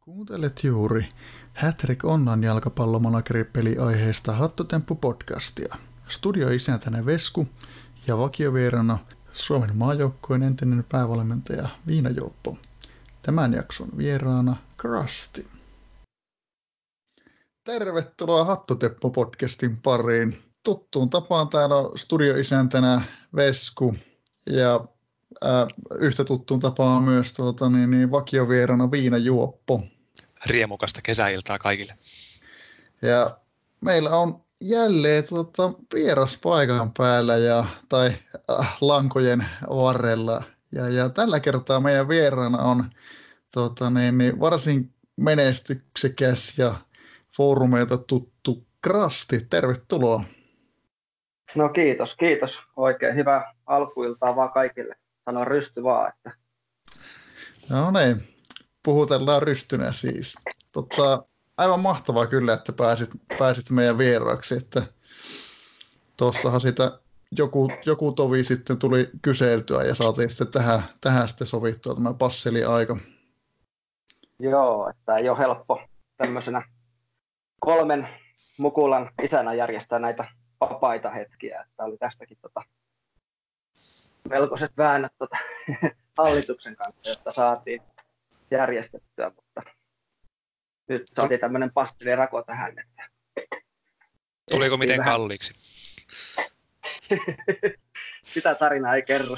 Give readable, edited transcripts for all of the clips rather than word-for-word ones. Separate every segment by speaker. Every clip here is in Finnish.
Speaker 1: Kuuntelet juuri Hattrick Onnan jalkapallomanageri-peli aiheesta Hattutemppu-podcastia. Studioisäntänä Vesku ja vakiovieraana Suomen maajoukkueen entinen päävalmentaja Viina Jouppo. Tämän jakson vieraana Krusty. Tervetuloa Hattutemppu-podcastin pariin. Tuttuun tapaan täällä on studioisäntänä Vesku ja yhtä tuttuun tapaan myös vakiovieraana Viina Juoppo.
Speaker 2: Riemukasta kesäiltaa kaikille.
Speaker 1: Ja meillä on jälleen vieras paikan päällä tai lankojen varrella. Ja tällä kertaa meidän vieraana on varsin menestyksekäs ja foorumeilta tuttu Krusty. Tervetuloa.
Speaker 3: No kiitos. Oikein hyvää alkuiltaa vaan kaikille. Sano Rysty vaan. Että...
Speaker 1: No niin, puhutellaan Rystynä siis. Aivan mahtavaa kyllä, että pääsit meidän vieraaksi. Että tuossahan sitä joku tovi sitten tuli kyseltyä ja saatiin sitten tähän sitten sovittua tämä passeliaika.
Speaker 3: Joo, että ei ole helppo tämmöisenä 3 mukulan isänä järjestää näitä vapaita hetkiä. Että oli tästäkin melkoiset väännöt hallituksen kanssa, jotta saatiin järjestettyä, mutta nyt saatiin tämmöinen pastelirako tähän. Että
Speaker 2: tuliko miten kalliiksi?
Speaker 3: Sitä tarinaa ei kerro.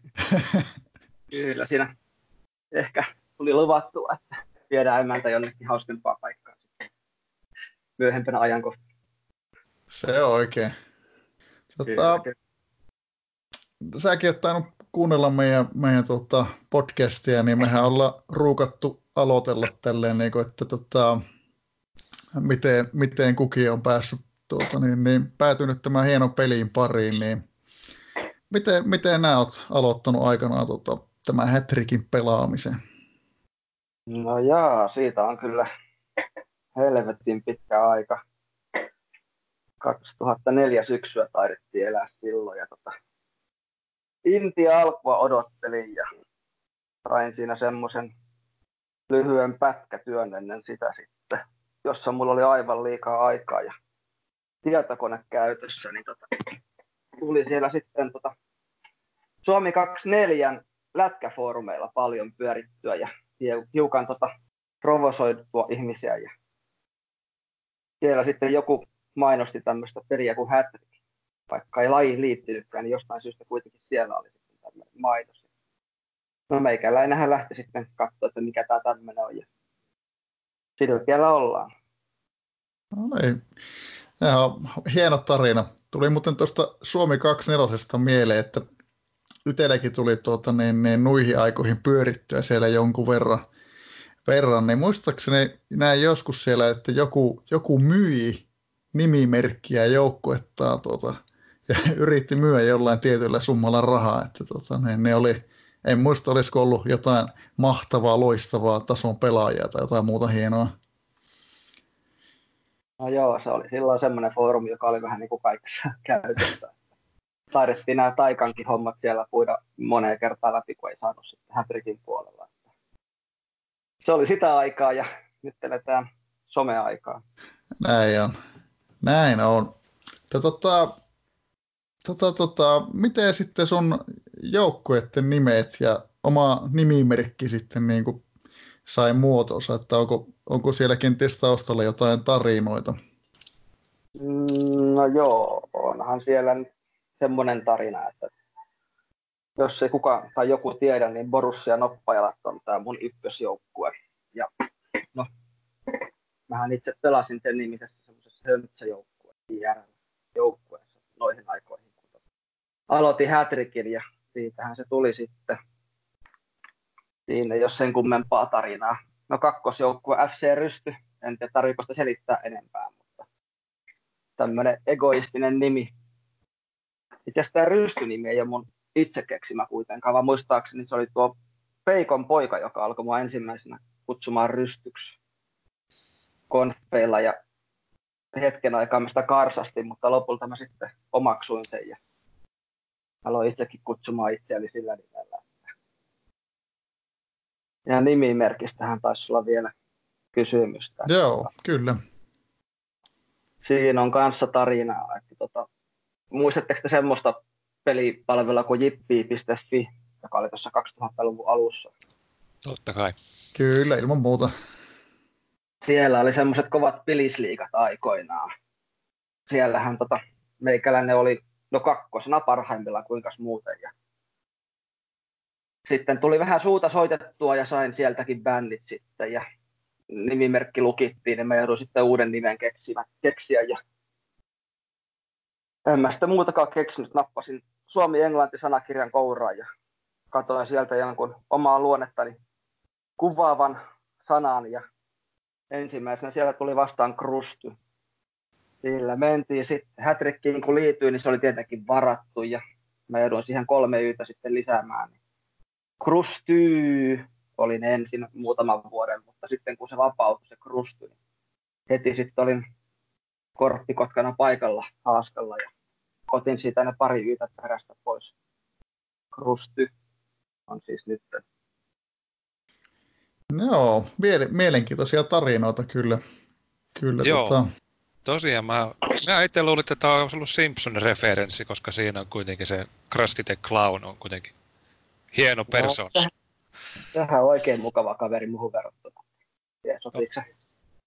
Speaker 3: Kyllä siinä ehkä tuli luvattua, että viedään emäntä jonnekin hauskempaa paikkaa myöhempänä ajankohtana.
Speaker 1: Se on oikein. Säkin oot tainnut kuunnella meidän podcastia, niin mehän ollaan ruukattu aloitella tälleen, että miten kukin on päässyt päätynyt tämän hienon pelin pariin, niin miten nää oot aloittanut aikanaan tämän Hattrickin pelaamisen?
Speaker 3: No siitä on kyllä helvetin pitkä aika. 2004 syksyä taidettiin elää silloin ja Intia alkua odottelin ja sain siinä semmoisen lyhyen pätkätyön ennen sitä sitten, jossa mulla oli aivan liikaa aikaa ja tietokone käytössä, niin tuli siellä sitten Suomi 24 lätkäfoorumeilla paljon pyörittyä ja hiukan provosoitua ihmisiä ja siellä sitten joku mainosti tämmöistä peliä kuin Hattrick. Vaikka ei lajiin liittynytkään, niin jostain syystä kuitenkin siellä oli sitten tämmöinen mainos. No meikäläinenhän lähti sitten katsoa, että mikä tämä tämmöinen on. Ja sillä vielä ollaan.
Speaker 1: No ei. Hieno tarina. Tuli muuten tuosta Suomi 24 mieleen, että itselläkin tuli nuihin aikoihin pyörittyä siellä jonkun verran. Niin muistaakseni näin joskus siellä, että joku myi nimimerkkiä joukkuettaa ja yritti myyä jollain tietyllä summalla rahaa, että ne oli, en muista olisiko ollut jotain mahtavaa, loistavaa tason pelaajaa tai jotain muuta hienoa.
Speaker 3: No joo, se oli silloin semmoinen foorumi, joka oli vähän niin kuin kaikessa käytössä. Taidettiin nämä Taikankin hommat siellä puida moneen kertaan läpi, kun ei saanut sitten Hattrickin puolella. Se oli sitä aikaa ja nyt eletään someaikaa.
Speaker 1: Näin on. Miten sitten sun joukkueiden nimet ja oma nimimerkki sitten niin kuin sai muotonsa, että onko siellä kenties taustalla jotain tarinoita?
Speaker 3: No joo, onhan siellä nyt semmoinen tarina, että jos ei kukaan tai joku tiedä, niin Borussia Noppajalat on tämä mun ykkösjoukkue. Ja no, mähän itse pelasin sen nimisessä semmoisessa höntsäjoukkueessa noihin aikoihin. Aloitin Hattrickin ja siitähän se tuli sitten. Siinä ei ole sen kummempaa tarinaa. No kakkosjoukkue FC Rysty, en tiedä tarvitseeko sitä selittää enempää, mutta tämmöinen egoistinen nimi. Itse asiassa tämä Rysty-nimi ei ole mun itse keksimä kuitenkaan, vaan muistaakseni se oli tuo Peikon poika, joka alkoi mua ensimmäisenä kutsumaan Rystyksi konfeilla ja hetken aikaa mä sitä karsastin, mutta lopulta mä sitten omaksuin sen ja aloin itsekin kutsumaan itseäni sillä nimellä. Ja nimimerkistähän taisi olla vielä kysymystä.
Speaker 1: Joo, kyllä.
Speaker 3: Siinä on kanssa tarinaa. Että muistatteko te semmoista pelipalvelua kuin jippi.fi, joka oli tuossa 2000-luvun alussa?
Speaker 2: Totta kai.
Speaker 1: Kyllä, ilman muuta.
Speaker 3: Siellä oli semmoiset kovat pilisliigat aikoinaan. Siellähän meikäläinen oli kakkosena parhaimmillaan, kuinkas muuten. Ja sitten tuli vähän suuta soitettua ja sain sieltäkin bändit sitten ja nimimerkki lukittiin ja mä jouduin sitten uuden nimen keksiä ja en mä sitä muutakaan keksinyt. Nappasin suomi-englanti-sanakirjan kouraan ja katsoin sieltä jonkun omaa luonnettani kuvaavan sanan ja ensimmäisenä siellä tuli vastaan krusty. Sillä mentiin sitten hätrikkiin kun liityin, niin se oli tietenkin varattu ja mä jouduin siihen 3 yötä sitten lisäämään. Krusty olin ensin muutaman vuoden, mutta sitten kun se vapautui se krusty, niin heti sitten olin korppikotkana paikalla haaskalla ja otin siitä ne 2 yötä perästä pois. Krusty on siis nyt.
Speaker 1: Joo, mielenkiintoisia tarinoita kyllä.
Speaker 2: Joo. Tosiaan mä itse luulin, että tämä on ollut Simpson-referenssi, koska siinä on kuitenkin se Krusty the Clown on kuitenkin hieno persoona.
Speaker 3: No, sehän on oikein mukava kaveri muuhun verrattuna. Ja sopiiko se?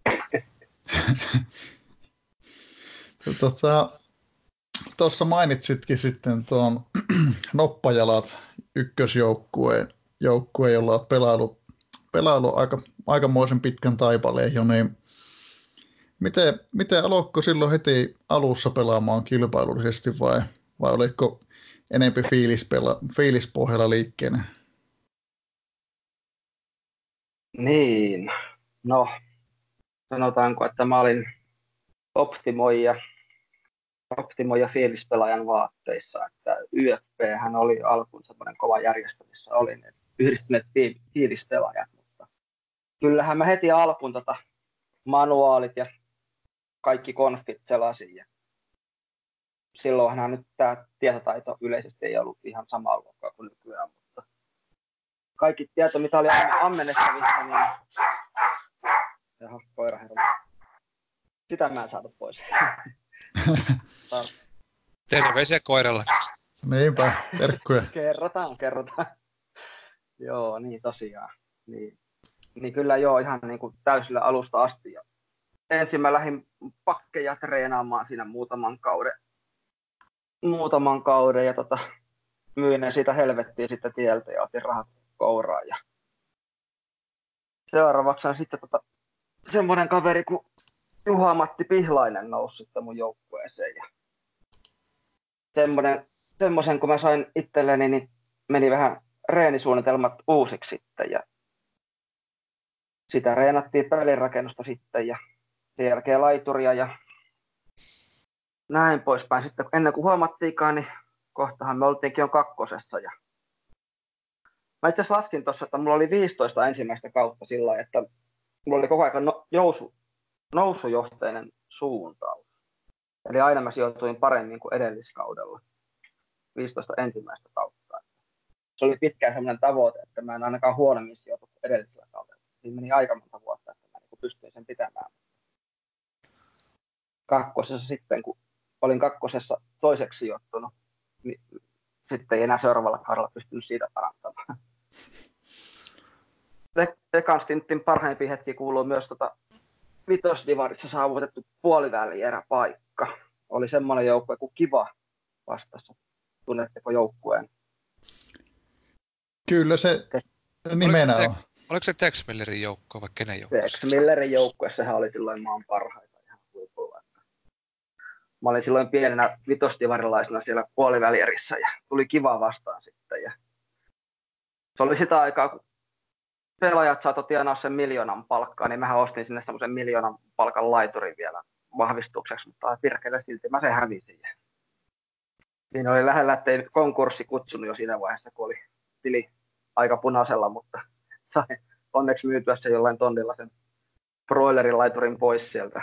Speaker 1: Tuossa mainitsitkin sitten tuon Noppajalat ykkösjoukkueen, jolla on pelailu aikamoisen pitkän taipaleen jo, niin miten aloitko silloin heti alussa pelaamaan kilpailullisesti vai oliko enempi fiilispohjalla liikkeenä?
Speaker 3: Niin, no sanotaanko, että mä olin optimoija fiilispelaajan vaatteissa, että YFPhän oli alkuun semmoinen kova järjestö, missä oli ne yhdistyneet fiilispelaajat, mutta kyllähän mä heti alkuun manuaalit ja kaikki konfit selasin ja silloinhan nyt tämä tietotaito yleisesti ei ollut ihan samaa luokkaa kuin nykyään, mutta kaikki tieto, mitä oli ammennettavissa, niin jaha, koira herra. Sitä mä en saatu pois.
Speaker 2: Terveisiä koiralle.
Speaker 1: Niinpä, terkkuja.
Speaker 3: Kerrotaan. Joo, niin tosiaan. Niin kyllä joo, ihan niin kuin täysillä alusta asti. Ja ensin mä lähdin pakkeja treenaamaan siinä muutaman kauden ja myin ne siitä helvettiin sitten tieltä ja otin rahat kouraan. Ja seuraavaksi on sitten semmoinen kaveri kuin Juha-Matti Pihlainen nousi sitten mun joukkueeseen. Ja semmoisen kun mä sain itselleni, niin meni vähän reenisuunnitelmat uusiksi sitten. Ja sitä reenattiin pelirakennusta sitten ja sen jälkeen laituria ja näin poispäin. Sitten ennen kuin huomattiinkaan, niin kohtahan me oltiinkin jo kakkosessa. Ja mä itse asiassa laskin tuossa, että mulla oli 15 ensimmäistä kautta sillä lailla, että mulla oli koko ajan nousujohteinen suuntaus. Eli aina mä sijoituin paremmin kuin edelliskaudella. 15 ensimmäistä kautta. Se oli pitkään sellainen tavoite, että mä en ainakaan huonommin sijoitu kuin edellisellä kaudella. Siinä meni aika monta vuotta, että mä pystyin sen pitämään. Kakkosessa sitten, kun olin kakkosessa toiseksi sijoittunut, niin sitten ei enää seuraavalla kaudella pystynyt siitä parantamaan. Ekan stintin parhaimpiin hetki kuuluu myös vitosdivarissa saavutettu puolivälieräpaikka. Oli semmoinen joukkue kuin Kiva vastassa. Tunnetteko joukkueen?
Speaker 1: Kyllä se nimenä on.
Speaker 2: Oliko se Tex Millerin joukkue vai kenen joukkue?
Speaker 3: Tex Millerin joukkue, sehän oli silloin maan parhaita ihan huipulla. Mä olin silloin pienenä vitosdivarilaisena siellä puolivälierissä ja tuli Kiva vastaan sitten. Ja se oli sitä aikaa, kun pelaajat saattoi tienaa sen 1 000 000 palkkaa, niin mähän ostin sinne semmoisen 1 000 000 palkan laiturin vielä vahvistukseksi, mutta pirkele silti mä sen hävisin. Siinä oli lähellä, ettei konkurssi kutsunut jo siinä vaiheessa, kun oli tili aika punaisella, mutta sain onneksi myytyä se jollain tonnilla sen broilerin laiturin pois sieltä.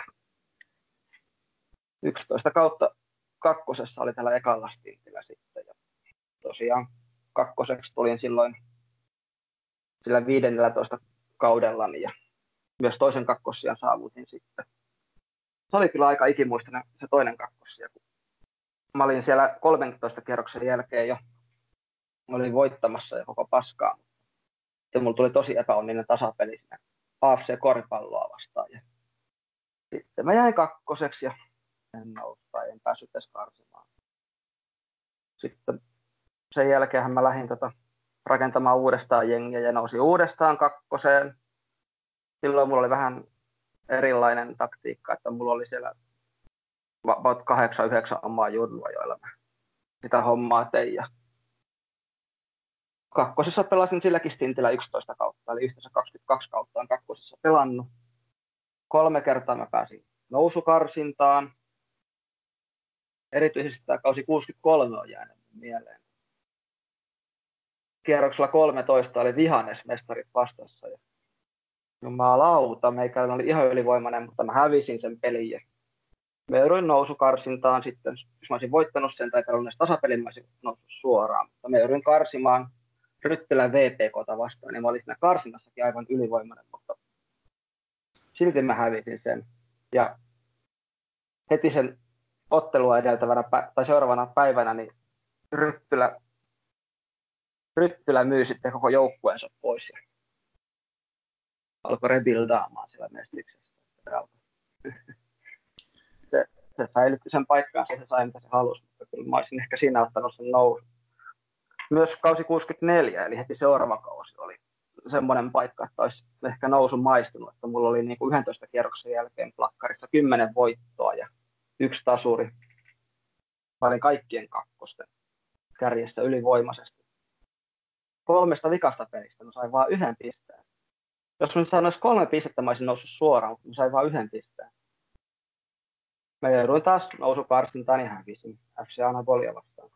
Speaker 3: 11 kautta kakkosessa oli tällä ekalla stintillä sitten. Ja tosiaan kakkoseksi tulin silloin sillä 15 kaudellani ja myös toisen kakkossijan saavutin sitten. Se oli kyllä aika ikimuistinen se toinen kakkossija. Mä olin siellä 13 kierroksen jälkeen jo, olin voittamassa ja koko paskaa. Sitten mulla tuli tosi epäonninen tasapeli siinä AFC-koripalloa vastaan. Ja sitten mä jäin kakkoseksi ja en päässyt edes karsimaan. Sitten sen jälkeen mä lähdin rakentamaan uudestaan jengiä ja nousin uudestaan kakkoseen. Silloin mulla oli vähän erilainen taktiikka, että mulla oli siellä about 8-9 omaa junnua, joilla mä sitä hommaa tein. Ja kakkosessa pelasin silläkin stintillä 11 kautta, eli yhteensä 22 kautta on kakkosessa pelannut. 3 kertaa mä pääsin nousukarsintaan. Erityisesti tämä kausi 63 on jäänyt mieleen. Kierroksella 13 oli vihannesmestarit vastassa. Ja jumalauta, meikäläinen oli ihan ylivoimainen, mutta mä hävisin sen pelin. Ja mä jouduin nousukarsintaan sitten, jos mä olisin voittanut sen tai pelannut tasapelin, mä olisin noussut suoraan. Mutta mä jouduin karsimaan Ryttylän VPK:ta vastaan, niin mä olin siinä karsinnassakin aivan ylivoimainen, mutta silti mä hävisin sen. Ja heti sen ottelua edeltävänä tai seuraavana päivänä niin Ryttylä myy sitten koko joukkueensa pois ja alkoi rebuildaamaan siellä mestyksessä. Se säilytti sen paikkaan, se sai mitä se halusi, mutta kyllä mä olisin ehkä siinä ottanut sen nousun. Myös kausi 64, eli heti seuraava kausi oli semmoinen paikka, että olisi ehkä nousu maistunut, että mulla oli niin kuin 11 kierroksen jälkeen plakkarissa 10 voittoa ja 1 tasuri. Mä olin kaikkien kakkosten kärjessä ylivoimaisesti. 3 vikasta pelistä mä sain vaan 1 pisteen. Jos mä sanoisin 3 pistettä, mä olisin noussut suoraan, mutta mä sain vaan 1 pisteen. Mä jouduin taas nousukarsintaan ja hävisin FC Anabolia vastaan.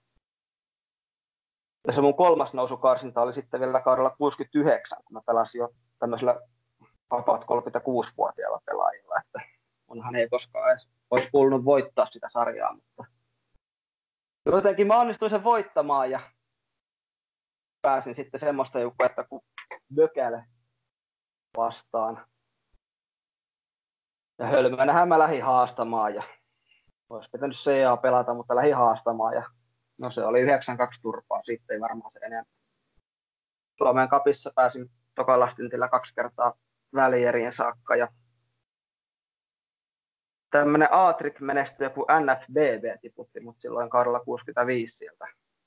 Speaker 3: Ja se mun 3. nousukarsinta oli sitten vielä kaudella 69, kun mä pelasin jo tämmöisellä about 36-vuotiailla pelaajilla. Että onhan ei koskaan edes olisi kuulunut voittaa sitä sarjaa, mutta jotenkin mä onnistuin sen voittamaan ja pääsin sitten semmoista joukkuetta kuin Bökäle vastaan. Ja hölmönähän mä lähdin haastamaan ja olisi pitänyt CA pelata, mutta lähdin haastamaan ja no se oli 9-2 turpaa, siitä ei varmaan se enää. Suomen Cupissa pääsin tokalla stintillä 2 kertaa välieriin saakka ja tämmöinen A-trick menestyi joku NFBB tiputti mut silloin kaudella 65 sieltä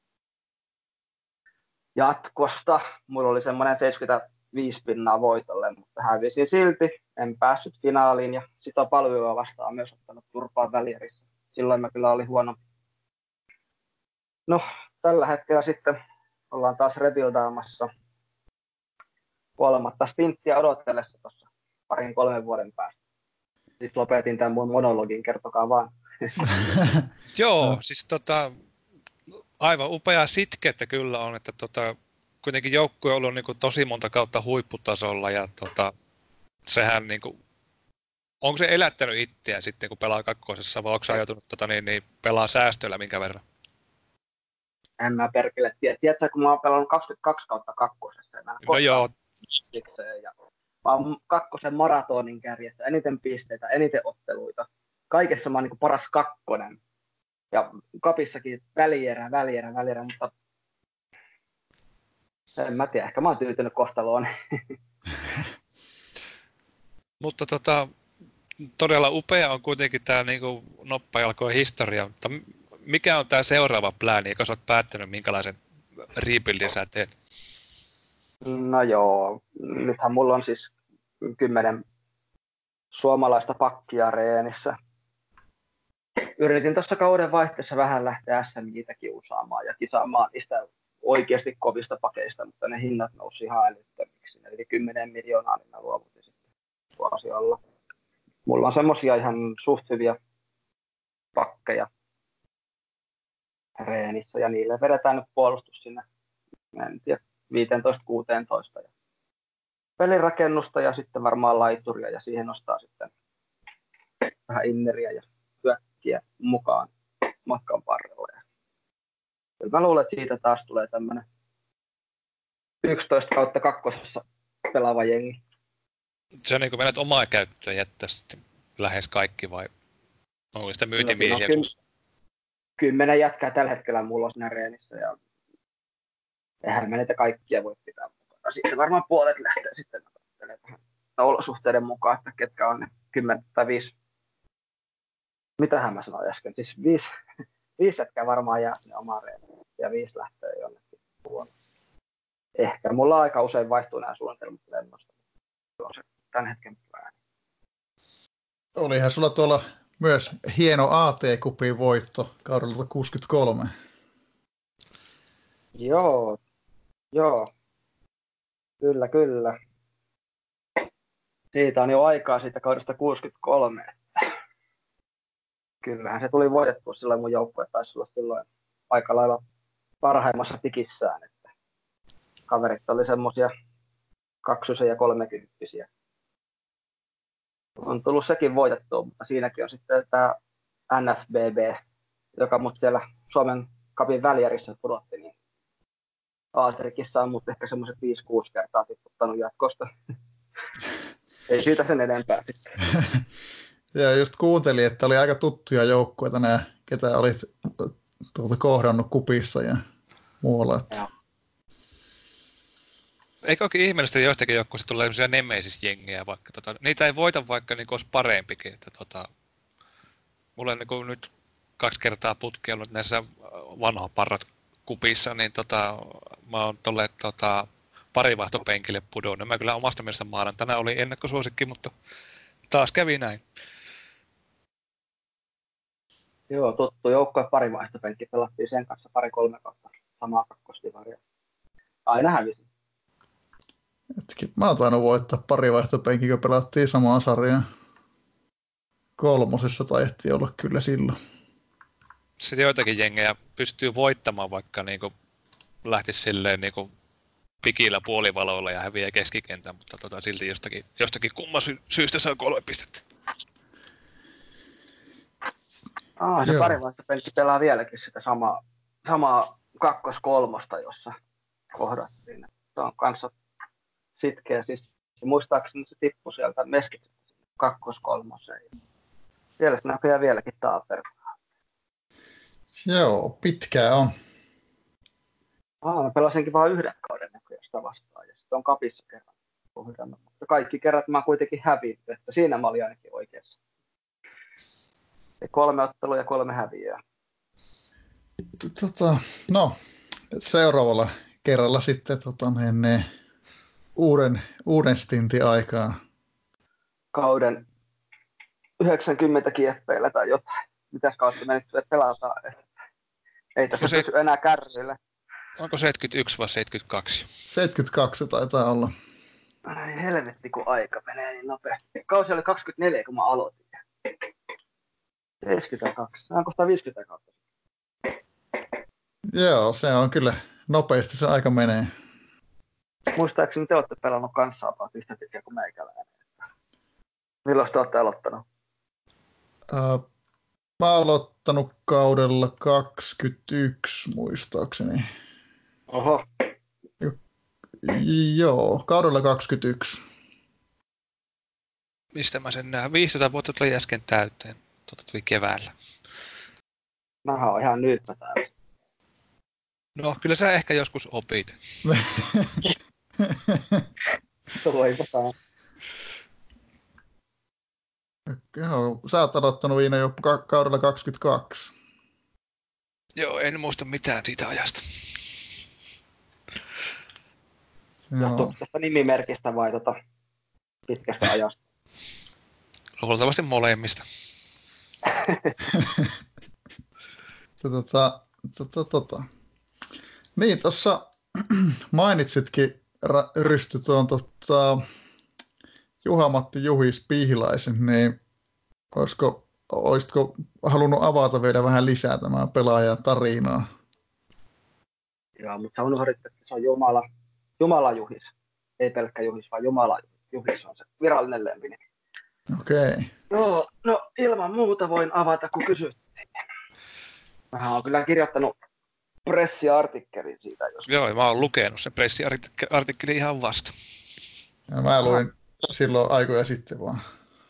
Speaker 3: jatkosta. Mulla oli semmoinen 75 pinnaa voitolle, mutta hävisin silti. En päässyt finaaliin ja sitä palvelua vastaan myös ottanut turpaa välierissä. Silloin mä kyllä olin huono. No, tällä hetkellä sitten ollaan taas rebuildaamassa 3. stinttiä odotellessa tuossa 2-3 vuoden päästä. Sitten lopetin tämän mun monologin, kertokaa vaan.
Speaker 2: Joo, siis aivan upea sitkettä kyllä on, että kuitenkin joukkue on ollut niin kuin tosi monta kautta huipputasolla ja sehän niin kuin, onko se elättänyt itseään sitten kun pelaa kakkosessa vai onko se ajatunut pelaa säästöllä minkä verran?
Speaker 3: En mä perkele tiedä. Tiedätkö, kun mä oon pelannut 22 kautta kakkosessa ja mä
Speaker 2: no joo.
Speaker 3: Ja mä oon kakkosen maratonin kärjessä, eniten pisteitä, eniten otteluita. Kaikessa mä oon niin paras kakkonen. Ja kapissakin välierä, mutta en mä tiedä, ehkä mä oon tyytynyt kohtaloon.
Speaker 2: Mutta todella upea on kuitenkin tämä niinku noppajalkojen historia, mutta mikä on tämä seuraava plääni, eikö sä oot päättänyt, minkälaisen rebuildin sä teet?
Speaker 3: No joo, nythän mulla on siis 10 suomalaista pakkia reenissä. Yritin tuossa kauden vaihteessa vähän lähteä SMJ:tä kiusaamaan ja kisaamaan niistä oikeasti kovista pakeista, mutta ne hinnat nousi ihan älyttömiksi. Eli 10 miljoonaa, niin mä luovutin sitten vuosialla. Mulla on semmosia ihan suht hyviä pakkeja reenissä ja niille vedetään nyt puolustus sinne, en tiedä, 15-16 ja pelirakennusta ja sitten varmaan laituria ja siihen nostaa sitten vähän inneriä ja hyökkiä mukaan matkan varrella. Kyllä mä luulen, että siitä taas tulee tämmönen 11 kautta kakkosessa pelaava jengi.
Speaker 2: Se on niin kuin menet omaa käyttöön jättää sitten lähes kaikki vai onko sitä myyntimiehiä?
Speaker 3: No, 10 jätkää tällä hetkellä mulla on siinä reenissä ja eihän me niitä kaikkia voi pitää mukana. Sitten varmaan puolet lähtee sitten olosuhteiden mukaan, että ketkä on ne 10 tai 5. Mitähän mä sanoin äsken? Siis 5 jätkää varmaan jää sinne omaan reeniin ja 5 lähtee jonnekin puolelle. Ehkä mulla aika usein vaihtuu nämä suunnitelmat lennosta. Se on se tämän hetken plääni.
Speaker 1: Olihan sulla tuolla myös hieno AT-kupin voitto kaudelta 63.
Speaker 3: Joo. Kyllä. Siitä on jo aikaa siitä kaudesta 63. Kyllähän se tuli voitettua silloin mun joukkue taisi olla silloin aika lailla parhaimmassa tikissään. Että kaverit oli semmosia 20 ja 30. On tullut sekin voitettua, mutta siinäkin on sitten tämä NFBB, joka mut siellä Suomen Cupin välijärissä pudotti, niin Aaserikissa on mut ehkä semmoiset 5-6 kertaa tipputtanut jatkosta. Ei siitä sen enempää sitten.
Speaker 1: Ja just kuuntelin, että oli aika tuttuja joukkueita nämä, ketä olit kohdannut kupissa ja muualla.
Speaker 2: Eikö oikein ihmeellistä joistakin joukkueista tulee sellaisia nemesis-jengejä, vaikka niitä ei voita vaikka niin olisi parempikin. Että, mulla on niin nyt 2 kertaa putki ollut näissä vanha parrat kupissa, niin mä oon tolle parivaihtopenkille pudonnut. Mä kyllä omasta mielestä maanantaina oli ennakkosuosikki, mutta taas kävi näin.
Speaker 3: Joo, tuttu joukkue parivaihtopenkki. Pelattiin sen kanssa 2-3 kautta samaa kakkosdivaria. Aina hävisi.
Speaker 1: Mä oon tainnut voittaa parivaihtopenkki, kun pelattiin samaa sarjaa. 3. taidettiin olla kyllä silloin.
Speaker 2: Sitten joitakin jengejä pystyy voittamaan, vaikka niinku lähtisi silleen niinku pikillä puolivaloilla ja häviää keskikentän, mutta silti jostakin kumman syystä saa 3 pistettä.
Speaker 3: Se parivaihtopenkki pelaa vieläkin sitä samaa 2-3, jossa kohdattiin. Se on kanssa sitkeä. Siis, muistaakseni se tippui sieltä Meskitsestä 2-3. Siellä se näköjään vieläkin taapertaa.
Speaker 1: Joo, pitkää on.
Speaker 3: Mä pelasinkin vain 1 kauden näköjään sitä vastaan ja sitten on Cupissa kerran kohdannut. Mutta kaikki kerrat mä kuitenkin hävin, että siinä mä olin ainakin oikeassa. 3 ottelua ja 3 häviöä.
Speaker 1: No, seuraavalla kerralla sitten uuden stintin aikaa.
Speaker 3: Kauden 90 kieppeillä tai jotain. Mitäs kautta me nyt pelataan? Ei tässä pysy enää kärryillä.
Speaker 2: Onko 71 vai 72?
Speaker 1: 72 taitaa olla.
Speaker 3: Ai helvetti, kun aika menee niin nopeasti. Kausi oli 24, kun mä aloitin. 72. Onko sitä 50 kautta?
Speaker 1: Joo, se on kyllä nopeasti se aika menee.
Speaker 3: Muistaakseni te olette pelannut kanssa about yhtä pitkä kuin meikäläinen. Milloin te olette aloittanut?
Speaker 1: Mä oon aloittanut kaudella 21 muistaakseni.
Speaker 3: Oho.
Speaker 1: Joo, kaudella 21.
Speaker 2: Mistä mä sen näen? 15 vuotta tuli äsken täyteen. Tuli keväällä.
Speaker 3: Mä oon ihan nyt täällä.
Speaker 2: No, kyllä sä ehkä joskus opit.
Speaker 3: Toivotaan.
Speaker 1: Joo, sä oot aloittanut Viina jo kaudella 22.
Speaker 2: Joo, en muista mitään siitä ajasta.
Speaker 3: Johtuuko tästä nimimerkistä vai pitkästä ajasta?
Speaker 2: Luultavasti molemmista.
Speaker 1: Niin, tuossa mainitsitkin Rysty tuon Juha-Matti Juhis Pihlaisen, niin olisitko halunnut avata vielä vähän lisää tämän pelaajan tarinaa?
Speaker 3: Joo, mutta sä unohdit, että se on Jumala Juhis. Ei pelkkä Juhis, vaan Jumala Juhis on se virallinen lempinimi.
Speaker 1: Okei.
Speaker 3: Joo, no ilman muuta voin avata, kun kysyttiin. Mä oon kyllä kirjoittanut pressiartikkelin siitä.
Speaker 2: Joo, mä oon lukenut sen pressiartikkelin ihan vasta.
Speaker 1: Ja mä luin silloin aikoja sitten vaan.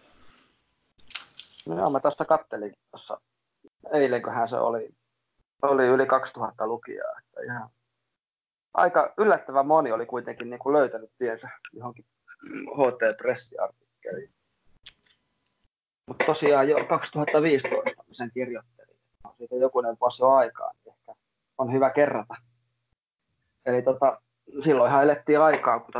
Speaker 3: No joo, mä tuosta kattelin tuossa eilenköhän se oli yli 2000 lukijaa. Että ihan aika yllättävän moni oli kuitenkin niin kuin löytänyt tiensä johonkin HT-pressiartikkeliin. Mutta tosiaan jo 2015 sen kirjoittelin. On siitä jokunen vuosi jo aikaa, niin ehkä on hyvä kerrata. Eli silloinhan elettiin aikaa, kun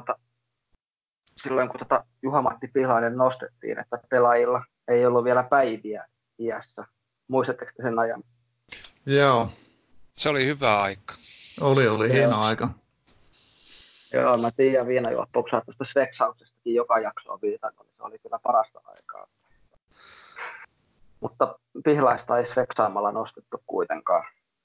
Speaker 3: Juha-Matti Pihlainen nostettiin, että pelaajilla ei ollut vielä päiviä iässä. Muistatteko sen ajan?
Speaker 1: Joo.
Speaker 2: Se oli hyvä aika.
Speaker 1: Oli hieno aika.
Speaker 3: Joo, mä tiedän viinajuoppouksaa tuosta sveksauksestakin joka jakso on viitannut, niin se oli kyllä parasta aikaa. Mutta Pihlaista ei sveksaamalla nostettu kuitenkaan,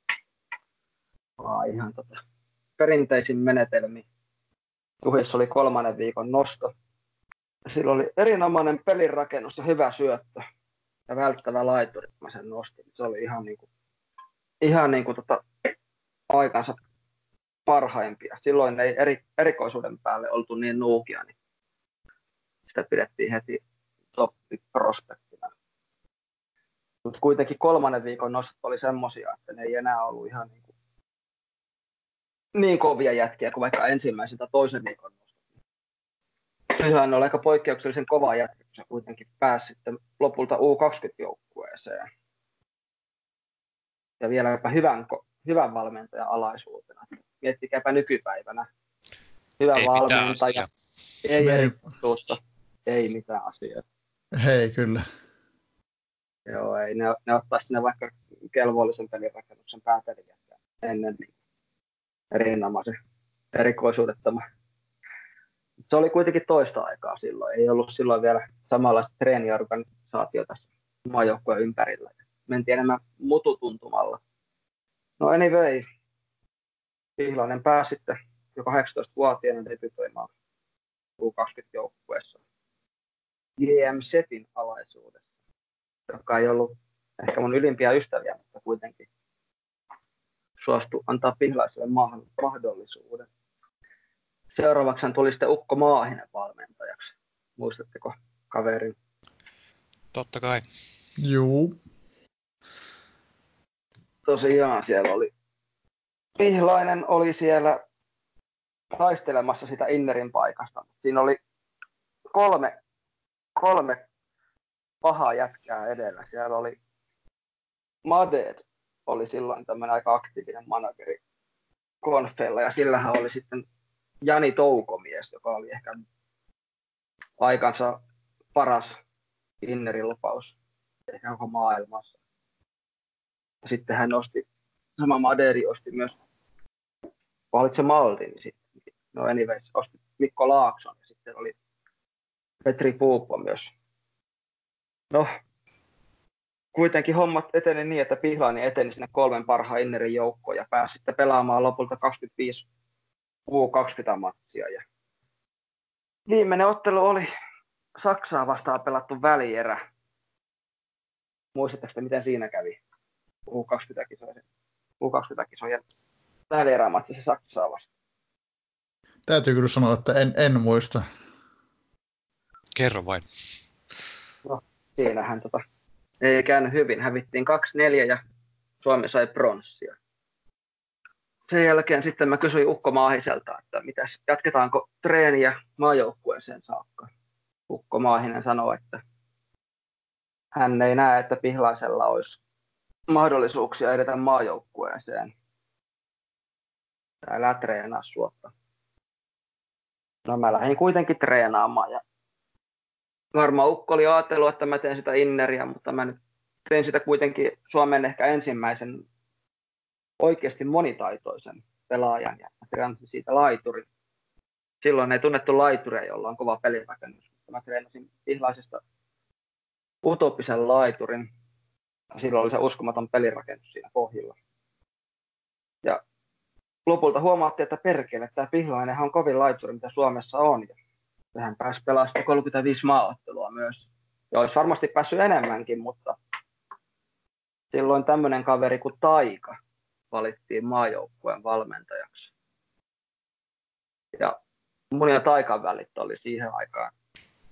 Speaker 3: vaan ihan perinteisin menetelmi. Juhissa oli 3. viikon nosto. Sillä oli erinomainen pelinrakennus ja hyvä syöttö ja välttävä laituri, mä sen nostin. Se oli ihan niin kuin aikansa parhaimpia. Silloin ei erikoisuuden päälle oltu niin nuukia, niin sitä pidettiin heti top-prospektina. Mutta kuitenkin 3. viikon nostot oli semmoisia, että ne ei enää ollut ihan niin kovia jätkiä kuin vaikka ensimmäisen tai 2. viikon nostot. Pyhän oli aika poikkeuksellisen kova jätkä, kun se kuitenkin pääsi sitten lopulta U20-joukkueeseen. Ja vieläpä hyvän valmentajan alaisuutena. Miettikääpä nykypäivänä. Hyvä
Speaker 2: ei
Speaker 3: valmentaja, ei erikoisuutta, ei mitään asiaa.
Speaker 1: Hei, kyllä.
Speaker 3: Joo, ei. Ne ottaa sinne vaikka kelvollisen pelirakennuksen pääpelijätkään ennen niin erinomaisen erikoisuudettama. Se oli kuitenkin toista aikaa silloin. Ei ollut silloin vielä samanlaista treeniorganisaatiota maajoukkueen ympärillä. Mentiin enemmän mututuntumalla. No anyway, Pihlainen pääsi sitten jo 18-vuotiaana debytoimaan U20-joukkueessa GM Setin alaisuudessa, joka ei ollut ehkä mun ylimpiä ystäviä, mutta kuitenkin suostui antaa Pihlaiselle mahdollisuuden. Seuraavaksi hän tuli sitten Ukko Maahinen valmentajaksi. Muistatteko kaverin?
Speaker 2: Totta kai.
Speaker 1: Juu.
Speaker 3: Tosiaan siellä oli Pihlainen oli siellä taistelemassa sitä Innerin paikasta. Siinä oli kolme pahaa jätkää edellä. Siellä oli Maded, oli silloin tämmöinen aika aktiivinen manageri Konfella, ja sillähän oli sitten Jani Toukomies, joka oli ehkä aikansa paras Innerin lupaus ehkä koko maailmassa. Ja sitten hän sama Maderi osti myös, valitse Maltin, niin sitten, no anyways, osti Mikko Laakson, ja sitten oli Petri Puuppo myös. No, kuitenkin hommat eteni niin, että Pihlainen eteni sinne 3 parhaan Innerin joukkoon ja pääsi sitten pelaamaan lopulta 25 U20-matsia. Ja viimeinen ottelu oli Saksaa vastaan pelattu välierä. Muistatteko, miten siinä kävi U20-kisojen välierämatsi se Saksaa vastaan?
Speaker 1: Täytyy kyllä sanoa, että en muista.
Speaker 2: Kerro vain.
Speaker 3: No, siinähän ei käynyt hyvin. Hävittiin 2-4 ja Suomi sai pronssia. Sen jälkeen sitten mä kysyin Ukko Maahiselta, että jatketaanko treeniä maajoukkueeseen saakka. Ukko Maahinen sanoi, että hän ei näe, että Pihlaisella olisi mahdollisuuksia edetä maajoukkueeseen. Älä treenaa suotta. No mä lähdin kuitenkin treenaamaan ja varmaan Ukko oli ajatellut, että mä teen sitä inneriä, mutta mä nyt tein sitä kuitenkin Suomen ehkä ensimmäisen oikeasti monitaitoisen pelaajan ja mä treenasin siitä laituri. Silloin ei tunnettu laituria, jolla on kova pelirakennus, mutta mä treenasin Pihlaisesta utopisen laiturin. Silloin oli se uskomaton pelirakennus siinä pohjilla. Ja lopulta huomattiin, että perkele, tämä Pihlainenhan on kovin laituri, mitä Suomessa on. Ja hän pääsi pelaamaan 35 maaottelua myös. Ja olisi varmasti päässyt enemmänkin, mutta silloin tämmöinen kaveri kuin Taika valittiin maajoukkueen valmentajaksi. Ja mun ja Taikan välit oli siihen aikaan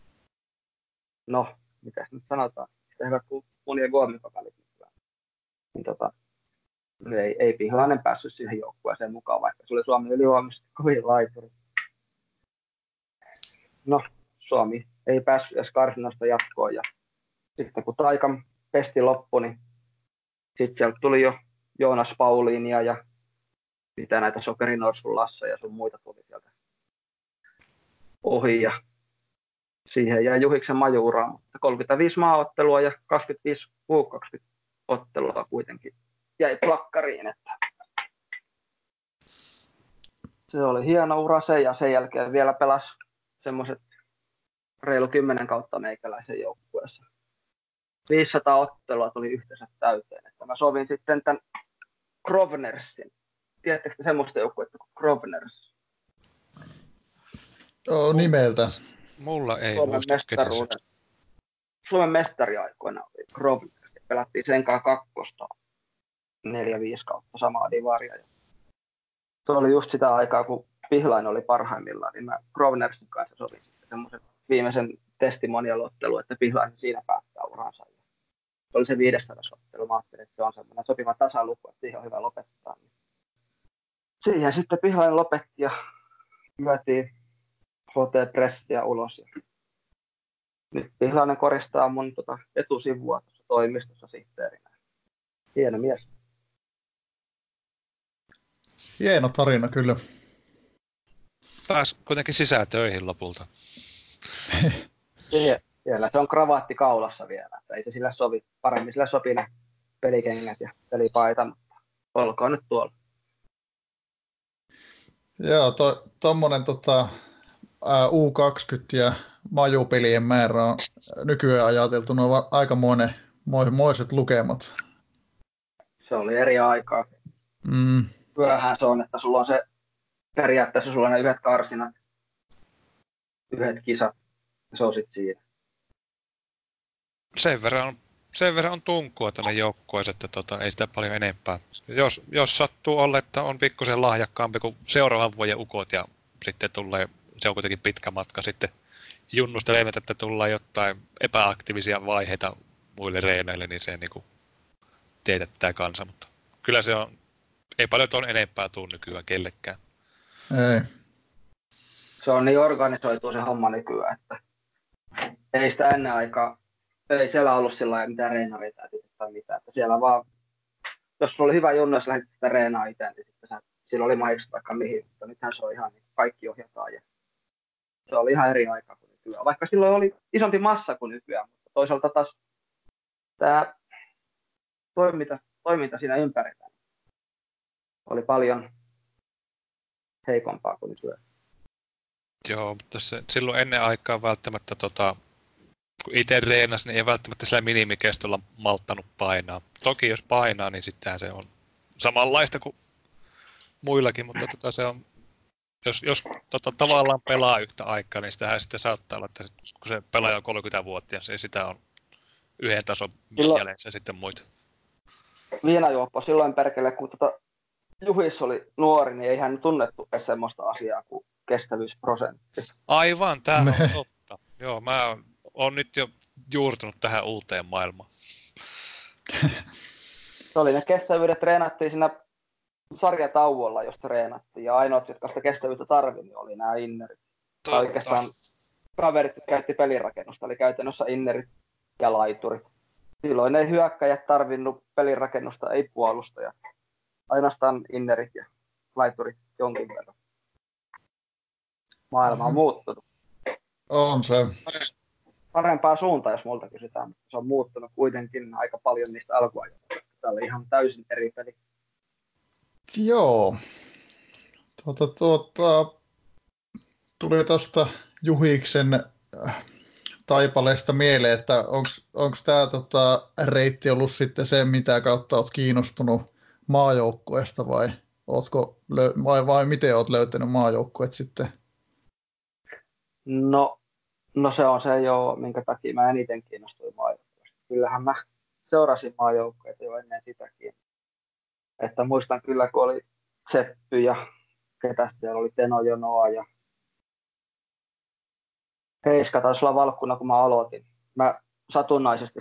Speaker 3: no, mitä nyt sanotaan, sitä hyvät kuin mun ja Guomikokalit. Niin ei Pihlainen päässyt siihen joukkueeseen mukaan, vaikka se oli Suomen ylivoimaisesti kovin laituri. No, Suomi ei päässyt edes karsinnoista jatkoon, ja sitten kun Taikan pesti loppui, niin sitten sieltä tuli jo Joonas Pauliinia ja mitä näitä Sokerinorsun Lasse ja sun muita tuli sieltä ohi, ja siihen jäi Juhiksen majuuraan, mutta 35 maaottelua ja 25 U20-ottelua kuitenkin jäi plakkariin, että se oli hieno ura se, ja sen jälkeen vielä pelasi semmoiset reilu 10 kautta meikäläisen joukkueessa. 500 ottelua tuli yhteensä täyteen, että mä sovin sitten tämän Grosvenorsin. Tiedättekö semmoista joukkuetta kuin Grosvenors?
Speaker 1: Nimeltä.
Speaker 2: Mulla ei muista kenessä.
Speaker 3: Suomen mestariaikoina oli Grosvenors. Pelattiin sen kanssa kakkosta 4-5 kautta samaa divaria. Se oli just sitä aikaa, kun Pihlainen oli parhaimmillaan, niin mä Grosvenorsin kanssa sovin semmoisen viimeisen testimonial-ottelun, että Pihlainen siinä päättää uransa. Se oli se 500 ottelu. Mä ajattelin, että se on semmoinen sopiva tasaluku, että siihen on hyvä lopettaa. Siihen sitten Pihlainen lopetti ja lyötiin HT Pressia ulos. Ja nyt Pihlainen koristaa mun etusivua tuossa toimistossa sihteerinä. Hieno mies.
Speaker 1: Hieno tarina kyllä.
Speaker 2: Pääsi kuitenkin sisään töihin lopulta.
Speaker 3: Siellä se on kravaatti kaulassa vielä. Ei se sillä sovi. Paremmin sillä sopii ne pelikengät ja pelipaita, mutta olkoon nyt tuolla.
Speaker 1: Joo, tommonen U20 ja majupelien määrä on nykyään ajateltuna aikamoiset lukemat.
Speaker 3: Se oli eri aikaa. Myöhään se on, että sulla on se periaatteessa sulla on ne yhdet karsinat, yhdet kisat, ja se on sitten siinä.
Speaker 2: Sen verran on tunkua tänne joukkueeseen, että ei sitä paljon enempää. Jos sattuu olla, että on pikkusen lahjakkaampi kuin seuraavan vuoden ukot ja sitten se on kuitenkin pitkä matka sitten junnustelemaan, että tullaan jotain epäaktiivisia vaiheita muille reeneille, niin se niin teetettää kanssa, mutta kyllä se on, ei paljon tuon enempää tule nykyään kellekään.
Speaker 1: Ei.
Speaker 3: Se on niin organisoitu se homma nykyään, että ei sitä ennen aikaa, ei siellä ollut sillä lailla mitään reenareita tai mitään, että siellä vaan, jos sulla oli hyvä junnu, jos lähdit sitä reenaa itse, niin sitten sillä oli mahdollista vaikka mihin, mutta nythän se on ihan niin kaikki ohjataan ja se oli ihan eri aikaa kuin nykyään, vaikka silloin oli isompi massa kuin nykyään, mutta toisaalta taas tämä toiminta siinä ympärillä oli paljon heikompaa kuin nykyään.
Speaker 2: Joo, mutta silloin ennen aikaa välttämättä, kun itse reenasi, niin ei välttämättä sillä minimikestolla malttanut painaa. Toki jos painaa, niin sittenhän se on samanlaista kuin muillakin, mutta se on, jos tavallaan pelaa yhtä aikaa, niin sitähän sitten saattaa olla, että kun se pelaaja on 30-vuotias, niin sitä on yhden tason jäljessä sitten muita.
Speaker 3: Viinajuoppo silloin perkele, kun Juhis oli nuori, niin ei hän tunnettu edes semmoista asiaa kuin kestävyysprosentti.
Speaker 2: Aivan, tämä on totta. Joo, mä oon nyt jo juurtunut tähän uuteen maailmaan.
Speaker 3: Se oli ne kestävyydet, treenattiin siinä sarjatauolla, jos treenattiin, ja ainoat, jotka sitä kestävyyttä tarvittiin, niin oli nämä innerit. Oikeastaan kaverit käytti pelirakennusta, eli käytännössä innerit ja laiturit. Silloin ei hyökkäjät tarvinnut pelirakennusta, ei puolustajat. Ainoastaan innerit ja laiturit jonkin verran. Maailma on muuttunut.
Speaker 1: On se.
Speaker 3: Parempaa suuntaan, jos multa kysytään, mutta se on muuttunut kuitenkin aika paljon niistä alkuajoista. Tämä oli ihan täysin eri peli.
Speaker 1: Joo. Tuli tuosta Juhiksen taipaleesta mieleen, että onko tämä reitti ollut sitten se, mitä kautta olet kiinnostunut maajoukkueesta vai miten olet löytänyt maajoukkueet sitten?
Speaker 3: No se on se jo, minkä takia mä eniten kiinnostuin maajoukkueesta. Kyllähän mä seurasin maajoukkueita jo ennen sitäkin. Että muistan kyllä, kun oli Seppy ja ketä siellä oli Teno Jonoa ja Heiska taisi olla valkkuna, kun mä aloitin. mä satunnaisesti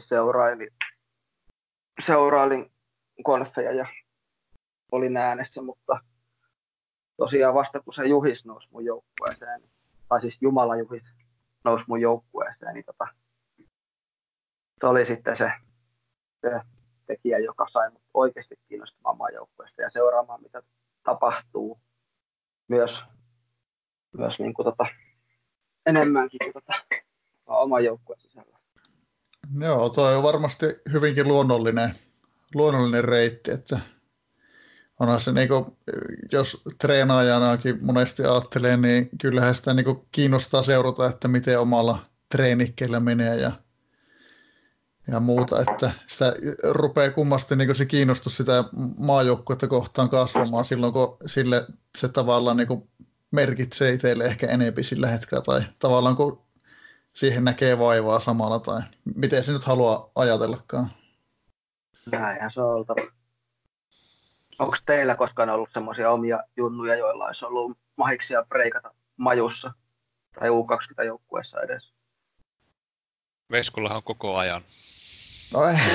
Speaker 3: seurailin golfeja ja olin äänessä, mutta tosiaan vasta kun se Juhis nousi mun joukkueeseen, tai siis Jumala Juhis nousi mun joukkueeseen, niin se oli sitten se tekijä, joka sai mut oikeasti kiinnostumaan maajoukkueesta ja seuraamaan, mitä tapahtuu myös niin kuin enemmänkin kuin oman joukkueen sisällä.
Speaker 1: Joo, toi on varmasti hyvinkin luonnollinen reitti, että onhan se, niin kuin, jos treenaajanakin monesti ajattelee, niin kyllähän sitä niin kuin kiinnostaa seurata, että miten omalla treenikkeellä menee ja muuta, että sitä rupeaa kummasti niin kuin se kiinnostus sitä maajoukkuetta kohtaan kasvamaan silloin, kun sille se tavallaan niin kuin merkitsee itselle ehkä enempi sillä hetkellä, tai tavallaan kun siihen näkee vaivaa samalla, tai miten se nyt haluaa ajatellakaan.
Speaker 3: Näinhän se on oltava. Onko teillä koskaan ollut semmoisia omia junnuja, joilla olisi ollut mahiksia breikata majussa tai U20-joukkueessa edes?
Speaker 2: Veskullahan on koko ajan.
Speaker 1: No ei.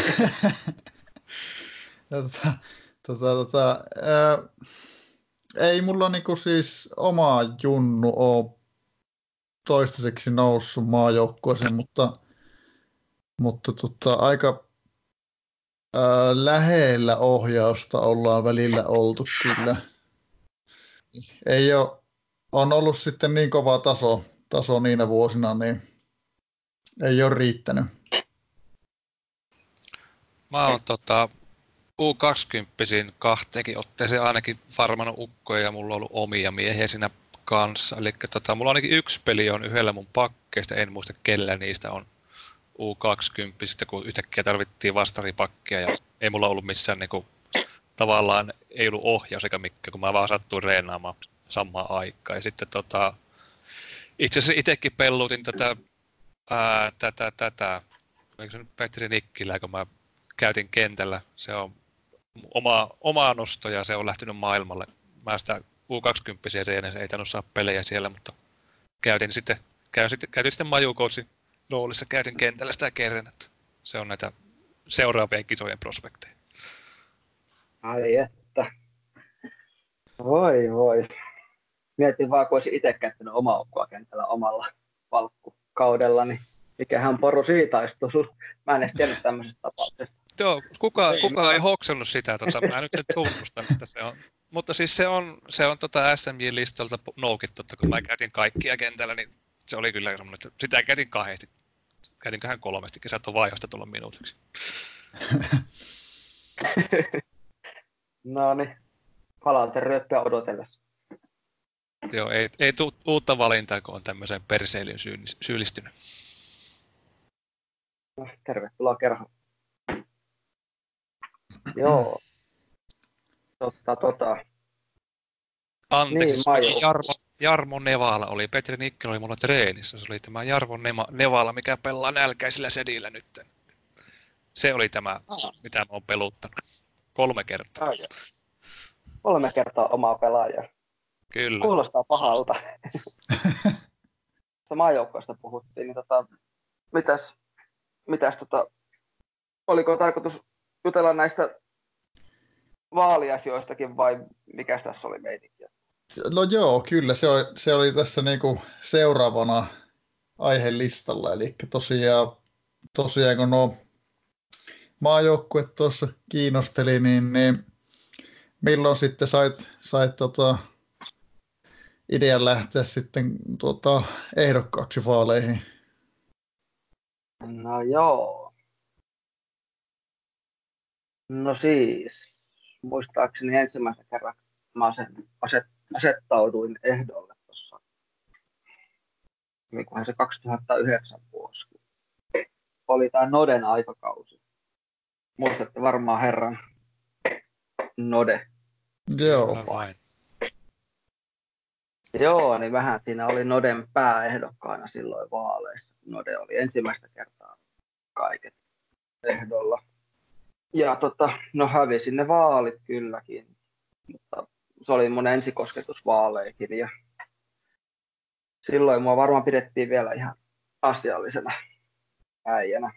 Speaker 1: Ei mulla niinku siis oma junnu ole toistaiseksi noussut maajoukkueeseen, mutta aika lähellä ohjausta ollaan välillä oltu kyllä. Ei ole, on ollut sitten niin kova taso niinä vuosina, niin ei ole riittänyt.
Speaker 2: Mä oon U20 kahteenkin otteeseen ainakin farmannut ukkoja ja mulla on ollut omia miehiä siinä kanssa. Eli mulla ainakin yksi peli on yhdellä mun pakkeista, en muista kellä niistä on U20, kun yhtäkkiä tarvittiin vastaripakkia ja ei mulla ollut missään niinku, tavallaan ei ollut ohjaus eikä mikään, kun mä vaan sattuin reenaamaan samaan aikaan. Ja sitten itse asiassa itsekin pelluutin oliko se nyt Petri Nikkilä, kun mä käytin kentällä. Se on omaa nosto ja se on lähtenyt maailmalle. Mä sitä U20 reenessä ei tainnut saa pelejä siellä, mutta käytin sitten majukoutsin roolissa, käytin kentällä sitä kerran, että se on näitä seuraavien kisojen prospekteja.
Speaker 3: Ai että. Voi. Mietin vaan, kun olisin itse käyttänyt omaa ukkoa kentällä omalla valkkukaudella, niin mikähän poru siitä olisi tullut. Mä en edes tiennyt tämmöisestä tapauksesta.
Speaker 2: Joo, kukaan ei hoksannut sitä, mä nyt sen tunnustan, että se on. Mutta siis se on SMJ-listolta noukittu, kun mä käytin kaikkia kentällä, niin se oli kyllä semmoinen, että sitä käytin kahdesti. Käytinköhän kolmestikin, sä on vaihosta tulla minuutiksi.
Speaker 3: No niin, palauteryöppyä odotellessa.
Speaker 2: Joo, ei tule uutta valintaa, kun on tämmöiseen perseilyyn syyllistynyt.
Speaker 3: No, tervetuloa kerhoon. Joo.
Speaker 2: Anteeksi,
Speaker 3: niin,
Speaker 2: Jarmo Nevala oli. Petri Nikkelä oli mulla treenissä. Se oli tämä Jarmo Nevala, mikä pelaa nälkäisillä sedillä nyt. Se oli tämä, mitä mä oon peluttanut. 3 kertaa.
Speaker 3: 3 kertaa omaa pelaajaa.
Speaker 2: Kyllä.
Speaker 3: Kuulostaa pahalta. Maajoukkoista puhuttiin, niin mitäs oliko tarkoitus jutella näistä vaaliasioistakin vai mikä tässä oli meininki?
Speaker 1: No joo, kyllä se oli tässä niinku seuraavana aihelistalla, eli tosiaan kun nuo maajoukkuet tuossa kiinnosteli, niin milloin sitten sait idean lähteä sitten ehdokkaaksi vaaleihin?
Speaker 3: No joo. No siis, muistaakseni ensimmäisen kerran mä asettauduin ehdolle tuossa, mikuhan se 2009 vuosi. Oli tämä Noden aikakausi. Muistatte varmaan herran Node.
Speaker 1: Joo.
Speaker 3: Joo, niin vähän siinä oli Noden pääehdokkaana silloin vaaleissa. Node oli ensimmäistä kertaa kaiket ehdolla. Ja no hävisin ne vaalit kylläkin, mutta se oli mun ensikosketus vaaleihin ja silloin mua varmaan pidettiin vielä ihan asiallisena äijänä.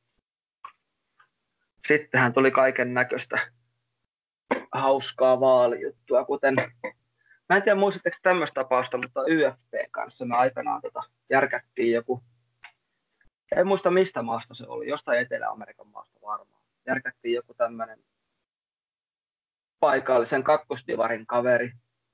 Speaker 3: Sittenhän tuli kaiken näköistä hauskaa vaalijuttua, kuten, mä en tiedä muistatteko tämmöistä tapausta, mutta YFP kanssa me aikanaan järkättiin joku, en muista mistä maasta se oli, jostain Etelä-Amerikan maasta varmaan. Järkättiin joku tämmöinen paikallisen kakkosdivarin kaveri.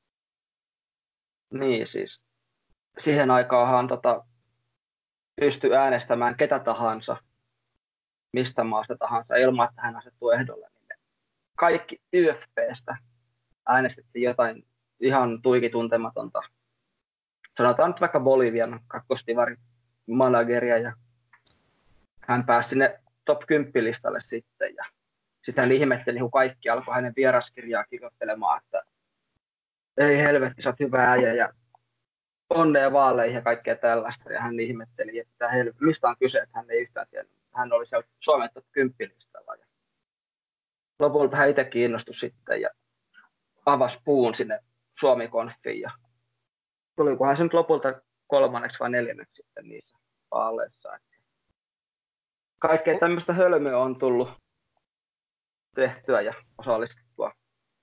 Speaker 3: Niin siis, siihen aikaanhan pystyi äänestämään ketä tahansa, mistä maasta tahansa, ilman että hän asettuu ehdolle. Kaikki YFPstä äänestettiin jotain ihan tuikituntematonta. Sanotaan nyt vaikka Bolivian kakkosdivarin manageria, ja hän pääsi sinne top 10 listalle sitten, ja sitten hän ihmetteli, kun kaikki alkoi hänen vieraskirjaa kirjoittelemaan, että ei helvetti, sä oot hyvä äijä, ja onnea vaaleihin ja kaikkea tällaista, ja hän ihmetteli, että mistä on kyse, että hän ei yhtään tiennyt. Hän oli siellä Suomen top 10 listalla, ja lopulta hän itse kiinnostui sitten, ja avasi puun sinne Suomi-konfiin, ja tulikohan se nyt lopulta 3. vai 4. sitten niissä vaaleissa. Kaikkea tämmöistä hölmöä on tullut tehtyä ja osallistuttua.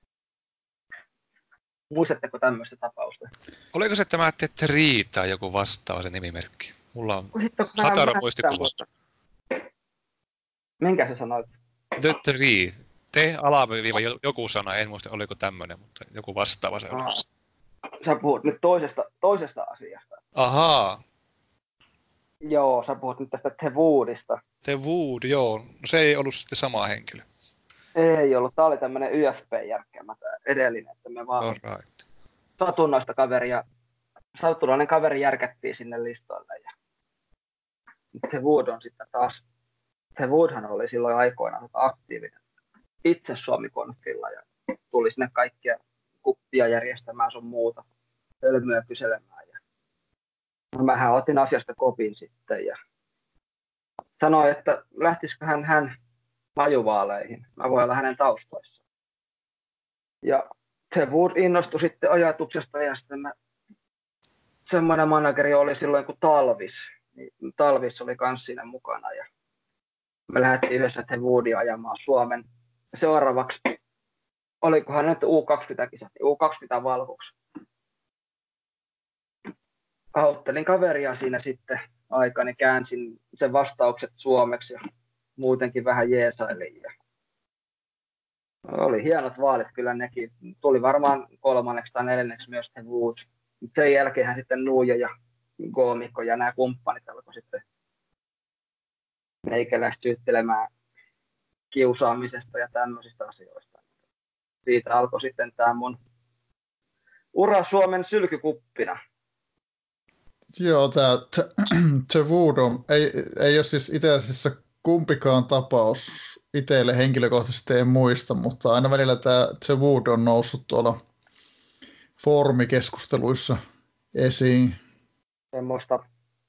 Speaker 3: Muistatteko tämmöistä tapausta?
Speaker 2: Oliko se tämä Tetriita joku vastaava se nimimerkki? Mulla on hatara muistikuva.
Speaker 3: Minkä sä sanoit?
Speaker 2: Tetri. Te-alaviiva joku sana, en muista oliko tämmöinen, mutta joku vastaava se oli.
Speaker 3: Sä puhut nyt toisesta asiasta.
Speaker 2: Ahaa.
Speaker 3: Joo, sä puhut nyt tästä Tewoodista.
Speaker 2: Tewood, joo. No se ei ollut sitten sama henkilö.
Speaker 3: Ei ollut. Tää oli tämmönen YFP-järkkäämä edellinen, että me vaan satunnainen kaveri järkättiin sinne listoille. Ja Tewood on sitten taas, Tewoodhan oli silloin aikoinaan aktiivinen itse Suomi-konfilla ja tuli sinne kaikkia kuppia järjestämään sun muuta, hölmöä kyselemään. Ja mähän otin asiasta kopin sitten ja sanoin, että lähtisikö hän majuvaaleihin. Mä voin olla hänen taustoissaan. Ja Tewood innostui sitten ajatuksesta ja sitten semmoinen manageri oli silloin kuin Talvis. Niin Talvis oli kans siinä mukana ja me lähdettiin yhdessä Tewoodia ajamaan Suomen seuraavaksi. Olikohan nyt U20-kisat, U20 valkoksi. Auttelin kaveria siinä sitten aikani, käänsin sen vastaukset suomeksi ja muutenkin vähän jeesailin. Ja oli hienot vaalit kyllä nekin. Tuli varmaan 3. tai 4. myös Tewood. Sen jälkeen sitten Nuija ja Koomikko ja nämä kumppanit alkoi sitten meikäläistä syyttelemään kiusaamisesta ja tämmöisistä asioista. Siitä alkoi sitten tämä mun ura Suomen sylkykuppina.
Speaker 1: Joo, tämä Tewood ei ole siis itse asiassa kumpikaan tapaus itselle henkilökohtaisesti en muista, mutta aina välillä tämä Tewood on noussut tuolla foorumikeskusteluissa esiin.
Speaker 3: Semmoista,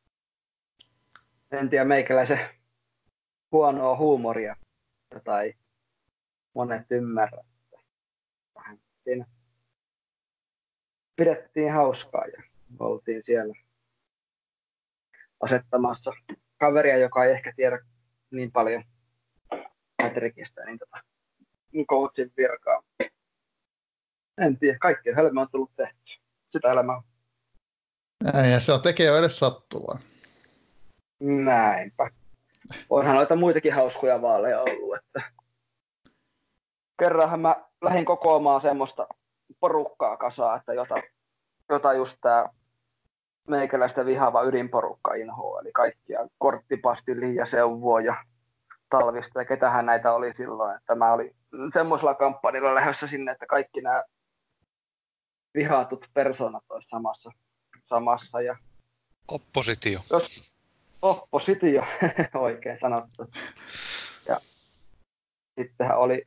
Speaker 3: en tiedä, meikäläisen huonoa huumoria, tai monet ymmärrä. Vähän siinä pidettiin hauskaa ja oltiin siellä asettamassa kaveria, joka ei ehkä tiedä niin paljon Patrickista, niin coachin virkaa. En tiedä, kaikkea hölmö on tullut tehty. Sitä elämää.
Speaker 1: Ja se on tekee edes sattuvaa.
Speaker 3: Näinpä. Onhan noita muitakin hauskoja vaaleja ollut. Että kerranhan mä lähdin kokoamaan semmoista porukkaa kasaa, että jota just tää meikäläistä vihaava ydinporukka inhoa. Eli kaikkia Korttipastillia ja Seuvoa ja Talvista ja ketähän näitä oli silloin. Että mä olin semmoisella kampanjalla lähdössä sinne, että kaikki nämä vihaatut persoonat olisi samassa. Ja
Speaker 2: oppositio.
Speaker 3: Oppositio, oikein sanottu. Ja sittenhän oli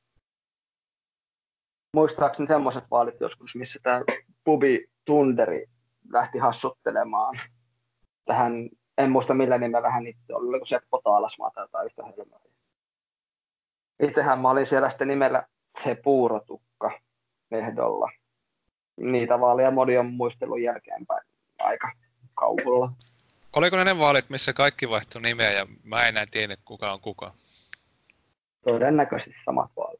Speaker 3: muistaakseni semmoiset vaalit joskus, missä tämä Pubi Tunderi lähti hassuttelemaan tähän, en muista millä nimellä hän itse oli, oliko Seppo Taalasmaa tai jotain yhtä hölmöä. Itsehän mä olin siellä sitten nimellä Se Puurotukka ehdolla. Niitä vaaleja moni on muistelun jälkeenpäin aika kauhulla.
Speaker 2: Oliko ne vaalit, missä kaikki vaihtui nimeä ja mä en enää tiennyt, kuka on kuka?
Speaker 3: Todennäköisesti samat vaalit.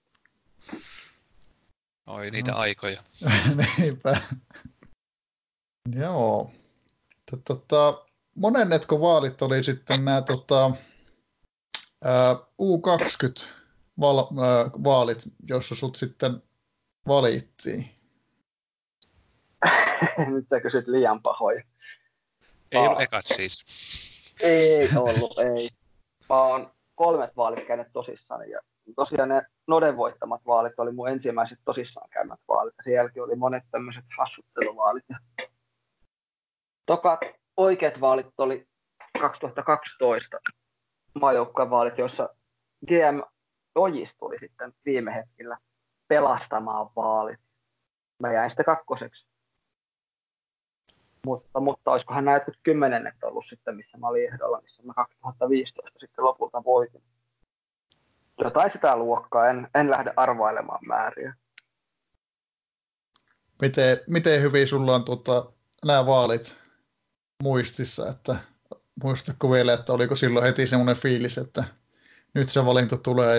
Speaker 2: Oi, niitä aikoja.
Speaker 1: Niinpä. Joo. Monennetko vaalit oli sitten nämä U20-vaalit, jossa sut sitten valittiin?
Speaker 3: Nyt sä kysyt liian pahoja.
Speaker 2: Ei ollut ekat siis.
Speaker 3: Ei ollut, ei. Mä oon 3 vaalit käynyt tosissaan. Ja tosiaan ne Noden voittamat vaalit oli mun ensimmäiset tosissaan käymät vaalit. Sen jälkeen oli monet tämmöiset hassutteluvaalit. Tokat oikeat vaalit oli 2012 maajoukkueen vaalit, joissa GM Ojis tuli sitten viime hetkellä pelastamaan vaalit. Mä jäin sitten 2. Mutta olisikohan nämä jotkut 10 ollut sitten, missä mä olin ehdolla, missä mä 2015 sitten lopulta voitin. Jotain sitä luokkaa, en lähde arvailemaan määriä.
Speaker 1: Miten hyvin sulla on nämä vaalit muistissa, että muistatko vielä, että oliko silloin heti semmoinen fiilis, että nyt se valinta tulee?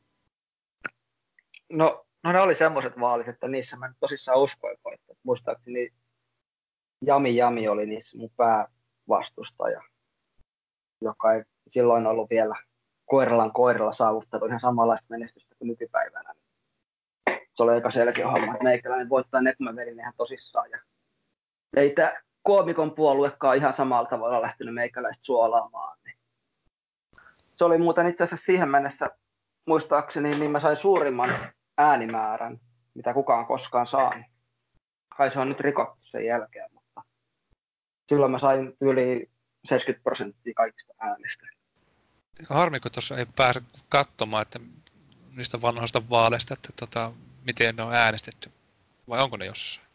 Speaker 3: No ne oli semmoiset vaalit, että niissä mä nyt tosissaan uskoin, että muistaakseni Jami oli niissä mun päävastustaja, joka ei silloin ollut vielä koiralla saavuttanut ihan samanlaista menestystä kuin nykypäivänä. Se oli aika selkeä homma, että meikäläinen voittaa ne, kun mä vedin ihan tosissaan. Ja ei tämä koomikon puoluekaan ihan samalla tavalla lähtenyt meikäläistä suolaamaan. Se oli muuten itse asiassa siihen mennessä, muistaakseni, niin mä sain suurimman äänimäärän, mitä kukaan koskaan saanut. Kai se on nyt rikottu sen jälkeen, mutta silloin mä sain yli 70% kaikista äänistä.
Speaker 2: Harmi, kun tuossa ei pääse katsomaan, että niistä vanhoista vaaleista, että miten ne on äänestetty. Vai onko ne jossain?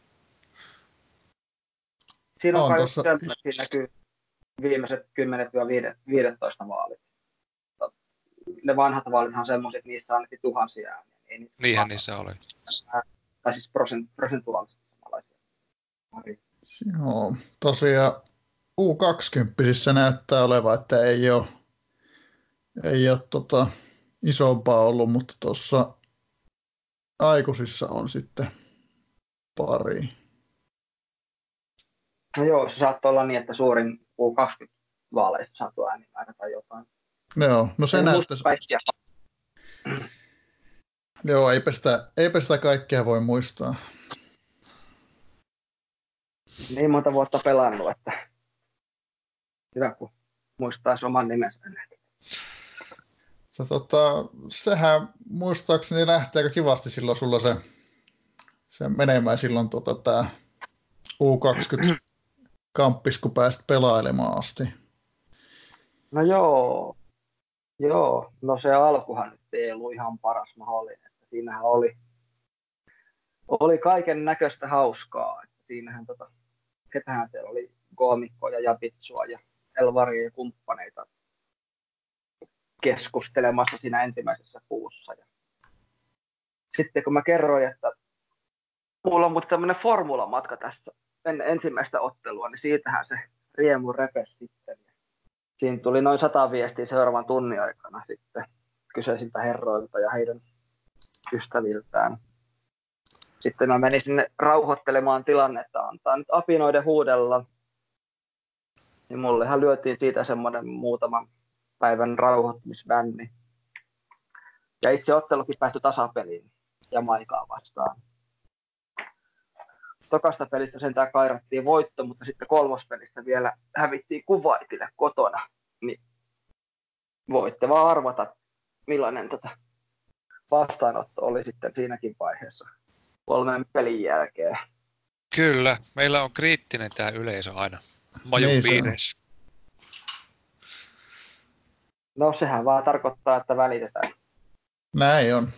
Speaker 3: Siinä on kai siinä näkyy viimeiset 10-15 vaalit. Ne vanhat vaalit on semmoiset, että niissä annettiin tuhansia ääniä.
Speaker 2: Niinhän niissä oli.
Speaker 3: Tai siis prosentuaalisesti samanlaisia.
Speaker 1: Joo, tosiaan U20 näyttää olevan, että ei ole isompaa ollut, mutta tuossa aikuisissa on sitten pari.
Speaker 3: No joo, se saattoi olla niin, että suurin U20-vaaleista saatu äänimäärä tai jotain.
Speaker 1: Joo, no se näyttäisi. Joo, eipä sitä kaikkea voi muistaa.
Speaker 3: Niin monta vuotta pelannut, että hyvä kun muistaisi oman nimensä.
Speaker 1: Sehän muistaakseni lähtee aika kivasti silloin sulla se menemään silloin tämä U20-kamppis, kun pääsit pelailemaan asti.
Speaker 3: No joo. No se alkuhan nyt ei ollut ihan paras mahdollinen. Että siinähän oli kaiken näköistä hauskaa. Että siinähän ketähän siellä oli koomikkoja ja Japitsua ja Elvaria ja kumppaneita keskustelemassa siinä ensimmäisessä kuussa. Ja sitten kun mä kerroin, että mulla on mutta tämmöinen formulamatka tässä ennen ensimmäistä ottelua, niin siitähän se riemu repesi sitten. Siinä tuli noin 100 viestiä seuraavan tunnin aikana sitten kyseisiltä herroilta ja heidän ystäviltään. Sitten mä menin sinne rauhoittelemaan tilannetta, antaa nyt apinoiden huudella. Niin mullehan lyötiin siitä semmoinen muutaman päivän rauhoittumisbänni. Ja itse ottelukin päästyi tasapeliin Jamaikaa vastaan. Tokasta pelistä sentään kairattiin voitto, mutta sitten kolmospelissä vielä hävittiin Kuwaitille kotona. Niin voitte vaan arvata, millainen vastaanotto oli sitten siinäkin vaiheessa 3 pelin jälkeen.
Speaker 2: Kyllä, meillä on kriittinen tämä yleisö aina majupiireissä.
Speaker 3: No sehän vaan tarkoittaa, että välitetään.
Speaker 1: Näin on.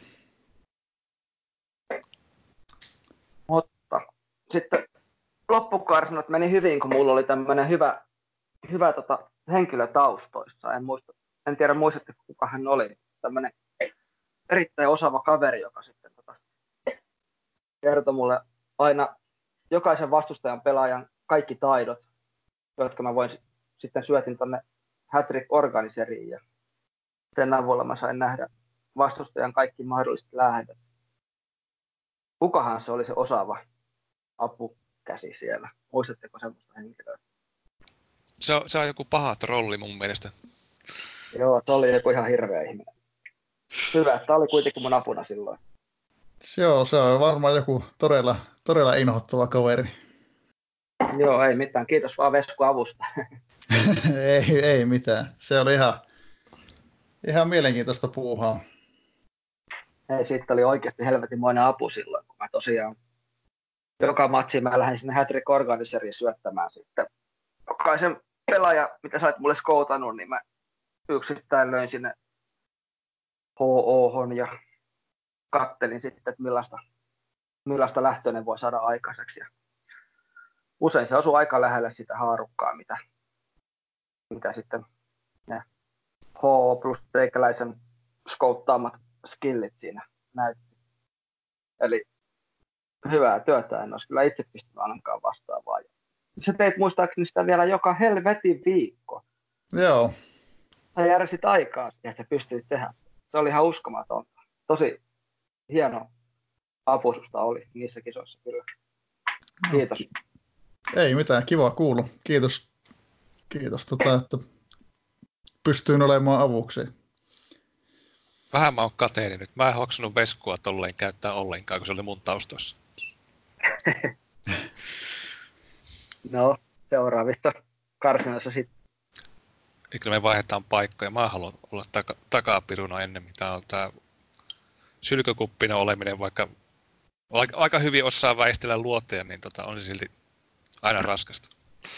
Speaker 3: Mutta sitten loppukarsinat meni hyvin, kun mulla oli tämmöinen hyvä henkilö taustoissa. En tiedä muistatteko, kuka hän oli. Tämmöinen erittäin osaava kaveri, joka sitten kertoi mulle aina jokaisen vastustajan pelaajan kaikki taidot, jotka mä voin sitten syötin tonne Hat-Trick Organiseriin ja sen avulla mä sain nähdä vastustajan kaikki mahdolliset lähdöt. Kukahan se oli se osaava apukäsi siellä? Muistatteko semmoista henkilöä?
Speaker 2: Se on joku paha trolli mun mielestä.
Speaker 3: Joo, se oli joku ihan hirveä ihminen. Hyvä, että oli kuitenkin mun apuna silloin.
Speaker 1: Joo, se on varmaan joku todella inhottava kaveri.
Speaker 3: Joo, ei mitään. Kiitos vaan Vesku avusta.
Speaker 1: ei mitään. Se oli ihan mielenkiintoista puuhaa.
Speaker 3: Ei, siitä oli oikeasti helvetinmoinen apu silloin, kun mä tosiaan joka matsi mä lähdin sinne Hat-Trick Organiseriin syöttämään sitten. Jokaisen pelaaja, mitä sä olet mulle skoutannut, niin mä yksittäin löin sinne HO:hon ja kattelin sitten, että millaista lähtöinen voi saada aikaiseksi. Ja usein se osui aika lähelle sitä haarukkaa, mitä sitten ne HO plus teikäläisen skouttaamat skillit siinä näytti. Eli hyvää työtä, en olisi kyllä itse pystynyt ainakaan vastaavaa. Sä teit muistaakseni sitä vielä joka helvetin viikko.
Speaker 1: Joo.
Speaker 3: Sä järjestit aikaa, että sä pystyit tehdä. Se oli ihan uskomatonta. Tosi hieno apu susta oli niissä kisoissa kyllä. Kiitos.
Speaker 1: Ei mitään, kiva kuulla. Kiitos että pystyin olemaan avuksi.
Speaker 2: Vähän mä oon kateellinen nyt. Mä en hoksunut Veskua tolleen käyttää ollenkaan, kun se oli mun taustoissa.
Speaker 3: No, seuraavista karsinoissa sitten.
Speaker 2: Kyllä me vaihdetaan paikkoja. Mä haluan olla takapiruna ennen mitä on tää sylkykuppina oleminen, vaikka aika hyvin osaa väistellä luoteja, niin on se silti aina raskasta.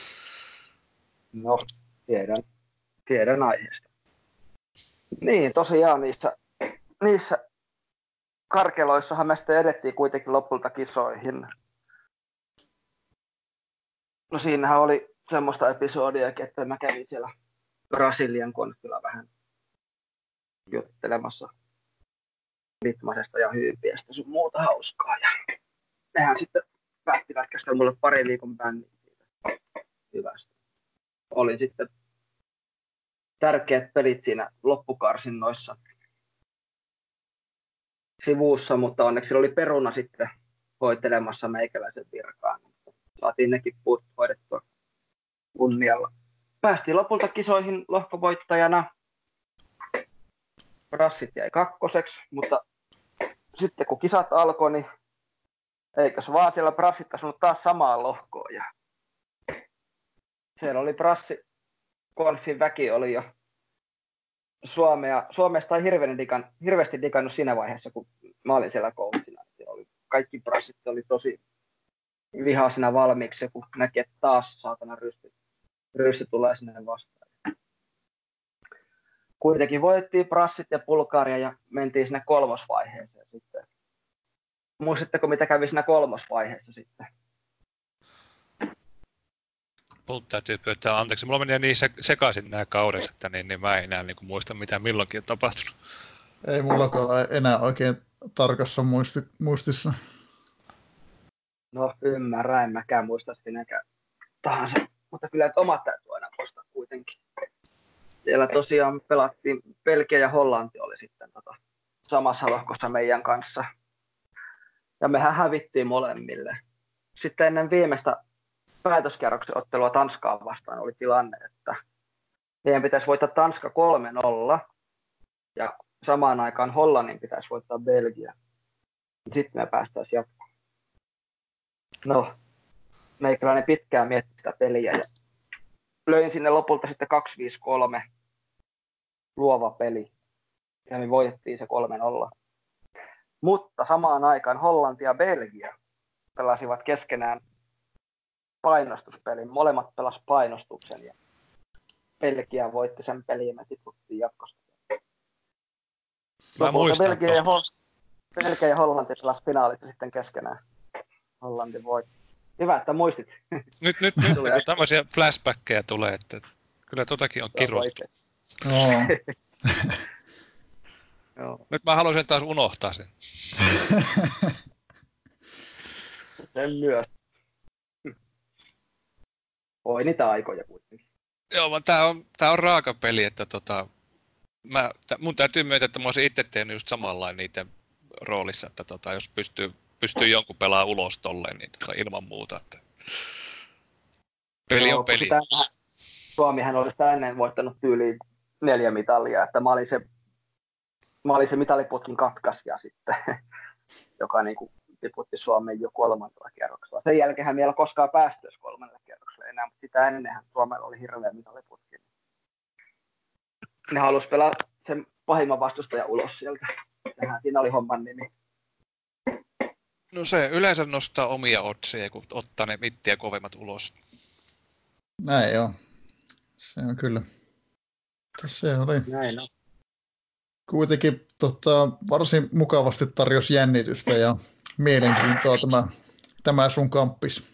Speaker 3: No, tiedän aiheesta. Niin, tosiaan niissä karkeloissahan me sitten edettiin kuitenkin lopulta kisoihin. No siinähän oli semmoista episodia, että mä kävin siellä Brasilian konstilla vähän juttelemassa Litmasesta ja Hyypiästä sun muuta hauskaa. Ja nehän sitten päättivät käsittää mulle pari viikon bänniä siitä hyvästä. Olin sitten tärkeät pelit siinä loppukarsinnoissa sivussa, mutta onneksi oli Peruna sitten hoitelemassa meikäläisen virkaan. Saatiin nekin puut hoidettua kunnialla. Päästiin lopulta kisoihin lohkovoittajana. Brassit jäi kakkoseksi, mutta sitten kun kisat alkoi, niin eikös vaan siellä Brassit asunut taas samaan lohkoon. Ja siellä oli Brassi-konfin väki oli jo Suomesta ei hirveästi digannut siinä vaiheessa, kun mä olin siellä coachina. Kaikki Brassit oli tosi vihaisena valmiiksi, kun näki, että taas saatana rysty tulee sinne vastaan. Kuitenkin voitettiin Brassit ja Bulgaria ja mentiin sinne kolmosvaiheeseen sitten. Muistatteko, mitä kävi siinä kolmosvaiheessa sitten?
Speaker 2: Mun täytyy pyytää anteeksi. Mulla meni niin sekaisin nämä kaudet, että niin mä en enää muista, mitä milloinkin on tapahtunut.
Speaker 1: Ei mullakaan enää oikein tarkassa muistissa.
Speaker 3: No ymmärrän, en mäkään muista sinäkään tahansa. Mutta kyllä että omat täytyy aina muistaa kuitenkin. Siellä tosiaan pelattiin, Belgia ja Hollanti oli sitten samassa lohkossa meidän kanssa. Ja mehän hävittiin molemmille. Sitten ennen viimeistä päätöskierroksen ottelua Tanskaa vastaan oli tilanne, että heidän pitäisi voittaa Tanska 3-0 ja samaan aikaan Hollannin pitäisi voittaa Belgia. Sitten me päästäisiin jatkoon. No, meikäläinen pitkään mietti sitä peliä ja löin sinne lopulta sitten 2-5-3 luova peli ja me voitettiin se 3-0. Mutta samaan aikaan Hollanti ja Belgia pelasivat keskenään painostuspelin. Molemmat pelasivat painostuksen ja Belgia voitti sen pelin ja me tiputtiin jatkosta.
Speaker 2: Mä muistan
Speaker 3: Belgia ja Hollanti pelasivat finaalissa sitten keskenään. Hollanti voitti. Hyvä, että muistit.
Speaker 2: Nyt tämmöisiä flashbackkejä tulee, että kyllä totakin on kirjoittu.
Speaker 3: Joo.
Speaker 2: Nyt mä haluaisin taas unohtaa sen.
Speaker 3: Sen myös. Oi niitä aikoja kuitenkin.
Speaker 2: Joo, vaan tää on raaka peli, että mun täytyy myöntää, että mä olisin itse tehnyt just samanlainen niiden roolissa, että jos pystyy jonkun pelaa ulos tolleen, niin ilman muuta, että peli on peli.
Speaker 3: Suomihan oli sitä ennen voittanut tyyliin 4 mitalia, että mä olin se mitaliputkin katkaisija sitten, joka niin kuin tiputti Suomen jo 3. kierroksella. Sen jälkeen meillä koskaan päästy 3. kierroksella enää, mutta sitä ennenhän Suomella oli hirveä mitaliputki. Ne halusi pelaa sen pahimman vastustajan ulos sieltä. Tähän siinä oli homman nimi.
Speaker 2: No se yleensä nostaa omia otseja, kun ottaa ne mittiä kovemmat ulos.
Speaker 1: Näin joo. Se on kyllä. Se oli.
Speaker 3: Näin on.
Speaker 1: Kuitenkin varsin mukavasti tarjosi jännitystä ja mielenkiintoa tämä sun kamppis.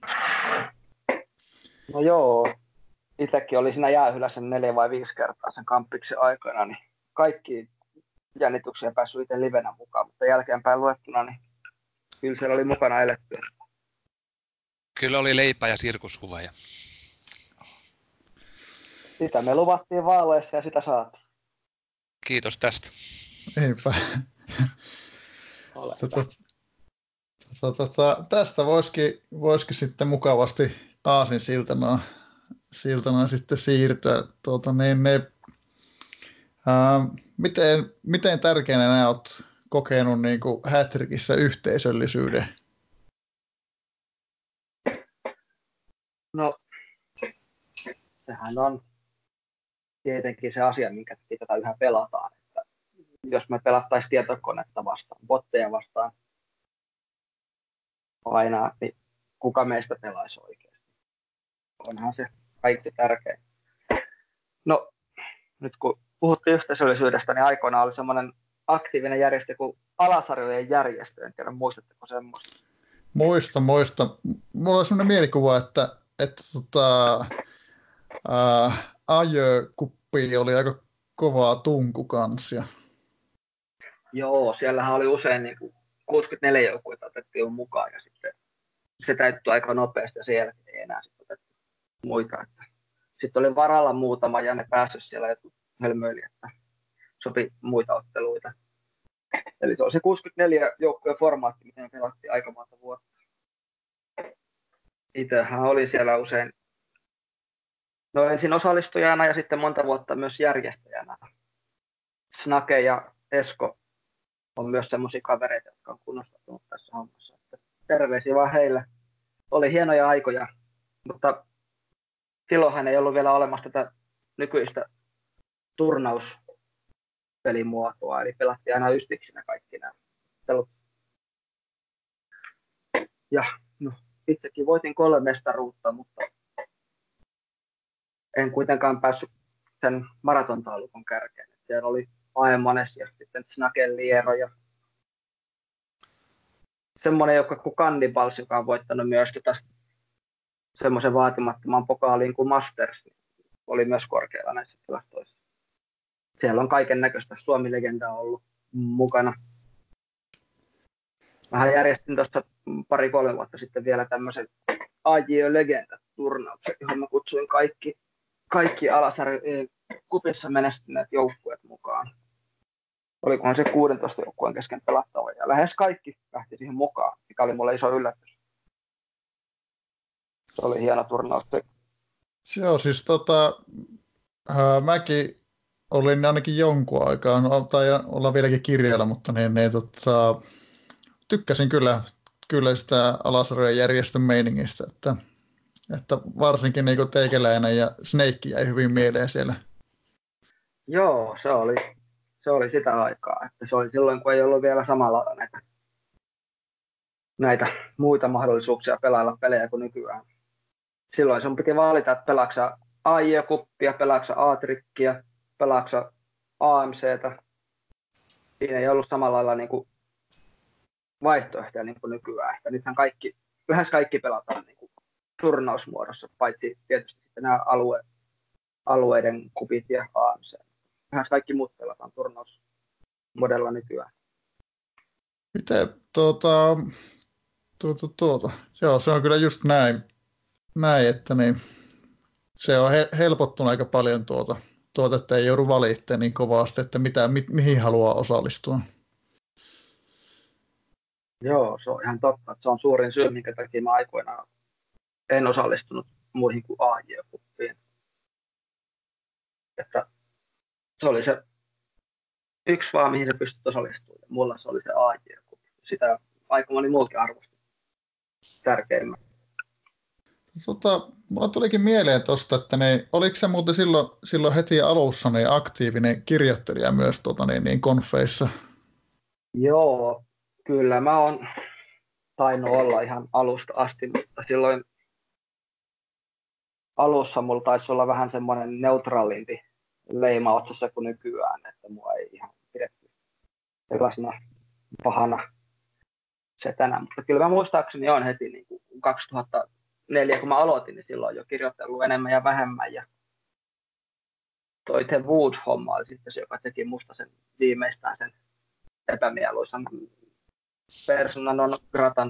Speaker 3: No joo. Itsekin oli siinä jäähylässä 4 vai 5 kertaa sen kamppiksen aikana, niin kaikki jännityksiä päässyt itse livenä mukaan, mutta jälkeenpäin luettuna, niin kyllä siellä oli mukana eletty.
Speaker 2: Kyllä oli leipää ja sirkushuveja.
Speaker 3: Sitä me luvattiin vaaleissa ja sitä saatiin.
Speaker 2: Kiitos tästä.
Speaker 1: Eipä. Tästä voisikin sitten mukavasti aasinsiltana sitten siirtyä. Miten tärkeänä nämä olet kokenut niin kuin Hätrikissä yhteisöllisyyden?
Speaker 3: No, sehän on tietenkin se asia, minkä tätä yhä pelataan. Että jos me pelattaisiin tietokonetta vastaan, botteja vastaan aina, niin kuka meistä pelaisi oikeasti? Onhan se kaikki tärkein. No, nyt kun puhuttiin yhteisöllisyydestä, niin aikoinaan oli semmoinen aktiivinen järjestö kuin Alasarjojen järjestö. En tiedä, muistatteko semmoista?
Speaker 1: Muista. Mulla on semmoinen mielikuva, että Ajö-kuppi oli aika kovaa tunku kanssa.
Speaker 3: Joo, siellähän oli usein niin kuin 64 joukkueita otettiin mukaan ja sitten se täyttyi aika nopeasti ja sen jälkeen ei enää sitten otettu muita. Sitten oli varalla muutama ja ne päässyt siellä joku hölmöili, että sopi muita otteluita. Eli se on se 64 joukkueen formaatti, miten pelattiin aika monta vuotta. Itsehän oli siellä usein ensin osallistujana ja sitten monta vuotta myös järjestäjänä. Snake ja Esko on myös semmoisia kavereita, jotka on kunnostattunut tässä hommassa. Että terveisiä vaan heille. Oli hienoja aikoja, mutta silloinhan ei ollut vielä olemassa tätä nykyistä turnauspelimuotoa, eli pelattiin aina ystiksinä kaikki nämä pelut. Ja no, itsekin voitin 3 mestaruutta, mutta en kuitenkaan päässyt sen maratontaulukon kärkeen. Siellä oli Aemanes ja sitten Snaken Liero ja semmoinen, joka kuin Cannibals, joka on voittanut myös semmoisen vaatimattoman pokaaliin kuin Masters, oli myös korkealla näissä tilastoissa. Siellä on kaiken näköistä Suomi-legendaa ollut mukana. Mä järjestin tuossa 2-3 vuotta sitten vielä tämmöisen AJ-legenda-turnauksen, johon mä kutsuin kaikki Alasarjojen kupissa menestyneet joukkueet mukaan. Olikohan se 16 joukkueen kesken pelattava ja lähes kaikki lähti siihen mukaan, mikä oli mulle iso yllätys. Se oli hieno turnaus.
Speaker 1: Joo, siis mäkin olin ainakin jonkun aikaa, tai ollaan vieläkin kirjalla, mutta tykkäsin kyllä sitä Alasarjojen järjestön meiningistä, että varsinkin niin teikäläinen ja Snake jäi hyvin mieleen siellä.
Speaker 3: Joo, se oli sitä aikaa, että se oli silloin, kun ei ollut vielä samalla näitä muita mahdollisuuksia pelailla pelejä kuin nykyään. Silloin sun piti valita, että pelaaksa AJ-kuppia, pelaaksa A-trikkiä, pelaaksa AMCtä. Siinä ei ollut samalla lailla niin kuin vaihtoehtoja niin kuin nykyään. Että nythän lähes kaikki pelataan niin kuin turnausmuodossa, paitsi tietysti sitten nämä alueiden kupit ja AMC. Lähes kaikki muut pelataan turnausmodella nykyään.
Speaker 1: Miten Joo, se on kyllä just näin että niin, se on helpottunut aika paljon tuota, että ei joudu valittamaan niin kovasti, että mihin haluaa osallistua.
Speaker 3: Joo, se on ihan totta. Että se on suurin syy, minkä takia mä aikoinaan en osallistunut muihin kuin AJ-kuppiin. Että se oli se yksi vaan, mihin se pystyi osallistumaan. Mulla se oli se AJ-kuppi. Sitä aika moni muukin arvosti tärkeimmän.
Speaker 1: Mulla tulikin mieleen tuosta, että oliko se muuten silloin heti alussa aktiivinen kirjoittelija myös konfeissa?
Speaker 3: Joo, kyllä mä oon tainnut olla ihan alusta asti, mutta silloin alussa mulla taisi olla vähän semmoinen neutraalimpi leima otsassa kuin nykyään, että mua ei ihan pidetty sellaisena pahana setänä. Mutta kyllä mä muistaakseni on heti niin kuin 2004, kun mä aloitin, niin silloin jo kirjoitellut enemmän ja vähemmän. Ja toi The Wood-homma oli sitten se, joka teki musta sen viimeistään sen epämieluisan persona non gratan.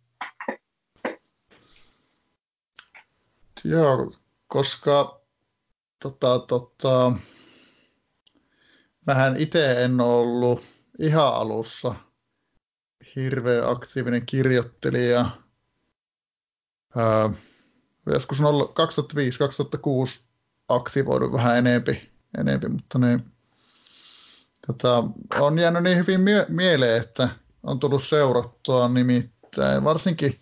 Speaker 1: Joo, koska mähän itse en ollut ihan alussa hirveän aktiivinen kirjoittelija. Joskus 2005-2006 aktivoidun vähän enempi, mutta on jäänyt niin hyvin mieleen, että on tullut seurattua nimittäin. Varsinkin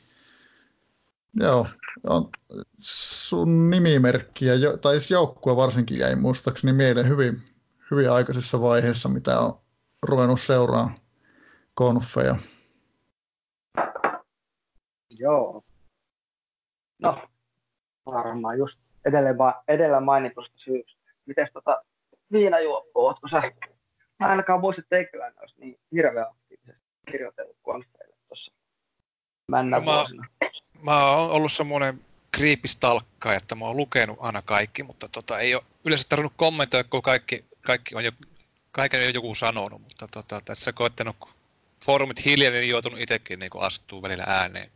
Speaker 1: sun nimimerkki tai joukkue varsinkin jäi muistaakseni mieleen hyvin aikaisessa vaiheessa, mitä on ruvennut seuraamaan konfeja.
Speaker 3: Joo. No, varmaan just edellä mainitusta syystä. Mites viinajuoppua, ootko sä? Mä ainakaan muista, että teikäläinen olisi niin hirveän aktiivisesti kirjoitellut konfeille tuossa männän vuosina.
Speaker 2: Mä oon ollut semmoinen kriipistalkka, että mä oon lukenut aina kaikki, mutta ei ole yleensä tarvinnut kommentoida, kun kaiken on joku sanonut, mutta tässä koettanut, kun foorumit hiljainen, niin joutunut itsekin niin astuu välillä ääneen.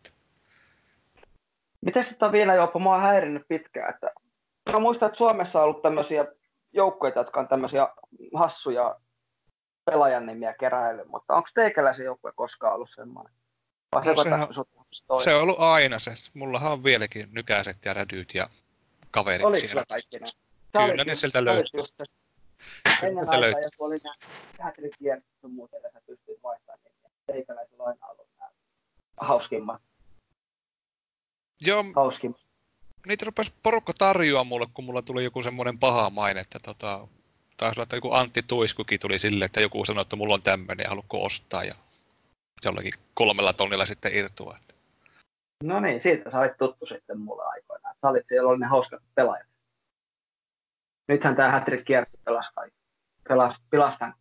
Speaker 3: Miten viinajuoppa mua on häirinnyt pitkään? Että mä muistan, että Suomessa on ollut tämmöisiä joukkueita, jotka on tämmöisiä hassuja pelaajan nimiä keräillyt, mutta onko teikäläisen joukkue koskaan ollut semmoinen?
Speaker 2: Se on ollut aina se. Mullahan on vieläkin nykäiset ja rädyt ja kaverit
Speaker 3: oliko
Speaker 2: siellä.
Speaker 3: Kaikki ne?
Speaker 2: Kyllä ne sieltä löytyy.
Speaker 3: Ennen aikaa, jos oli nämä hätrikierrot sun muuten, sä pystyt vaihtamaan niitä. Teikäläisellä on aina ollut nämä hauskimmat.
Speaker 2: Joo, niitä rupesi porukka tarjoaa mulle, kun mulla tuli joku semmoinen paha maine, että taisi olla, että joku Antti Tuiskukin tuli silleen, että joku sanoi, että mulla on tämmöinen ja haluatko ostaa ja jollakin 3 tonnilla sitten irtua.
Speaker 3: No niin, siitä sä olit tuttu sitten mulle aikoinaan. Sä olit siellä, oli ne hauskat pelaajat. Nythän tää Hattrick kierto pelasi kaikki. Pilasi tämän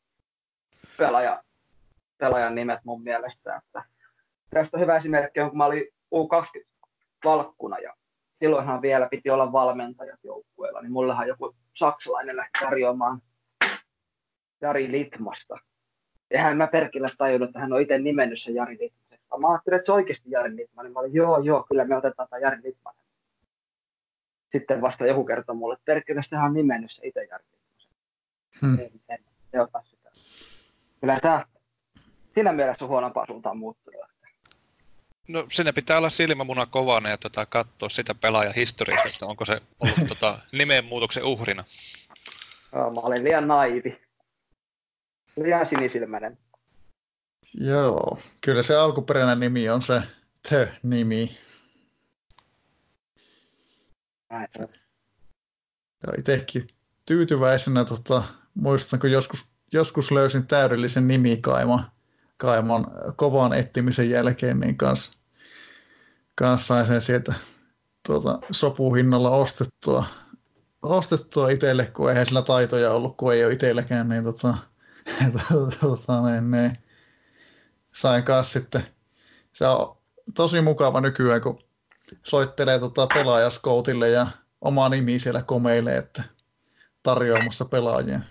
Speaker 3: pelaajan nimet mun mielestä. Että tästä hyvä esimerkki on, kun mä olin U20-valkkuna ja silloinhan vielä piti olla valmentajat joukkueella, niin mullahan joku saksalainen lähti tarjoamaan Jari Litmasta. Eihän mä perkillä tajunnut, että hän on itse nimennyt sen Jari Litmasen. Mä ajattelin, että se oikeasti Jari Litman, niin mä olin, joo, kyllä me otetaan tämä Jari Litman. Sitten vasta joku kertoi mulle, että perkillä hän on nimennyt se itse Jari Litmasen. En ota sitä. Kyllä tämä siinä mielessä huonompaan suuntaan muuttunut.
Speaker 2: No siinä pitää olla silmämuna kovana ja katsoa sitä pelaajan historiasta, että onko se ollut nimenmuutoksen uhrina.
Speaker 3: Joo, mä olin liian naivi. Liian sinisilmäinen.
Speaker 1: Joo, kyllä se alkuperäinen nimi on se The-nimi. Ja itsekin tyytyväisenä muistan, kun joskus löysin täydellisen nimikaiman kovan etsimisen jälkeen, niin kanssa sain sen sieltä sopuhinnalla ostettua itselle, kun eihän sillä taitoja ollut, kun ei ole itselläkään, niin sain kanssa sitten. Se on tosi mukava nykyään, kun soittelee pelaajaskoutille ja oma nimi siellä komeilee, että tarjoamassa pelaajia.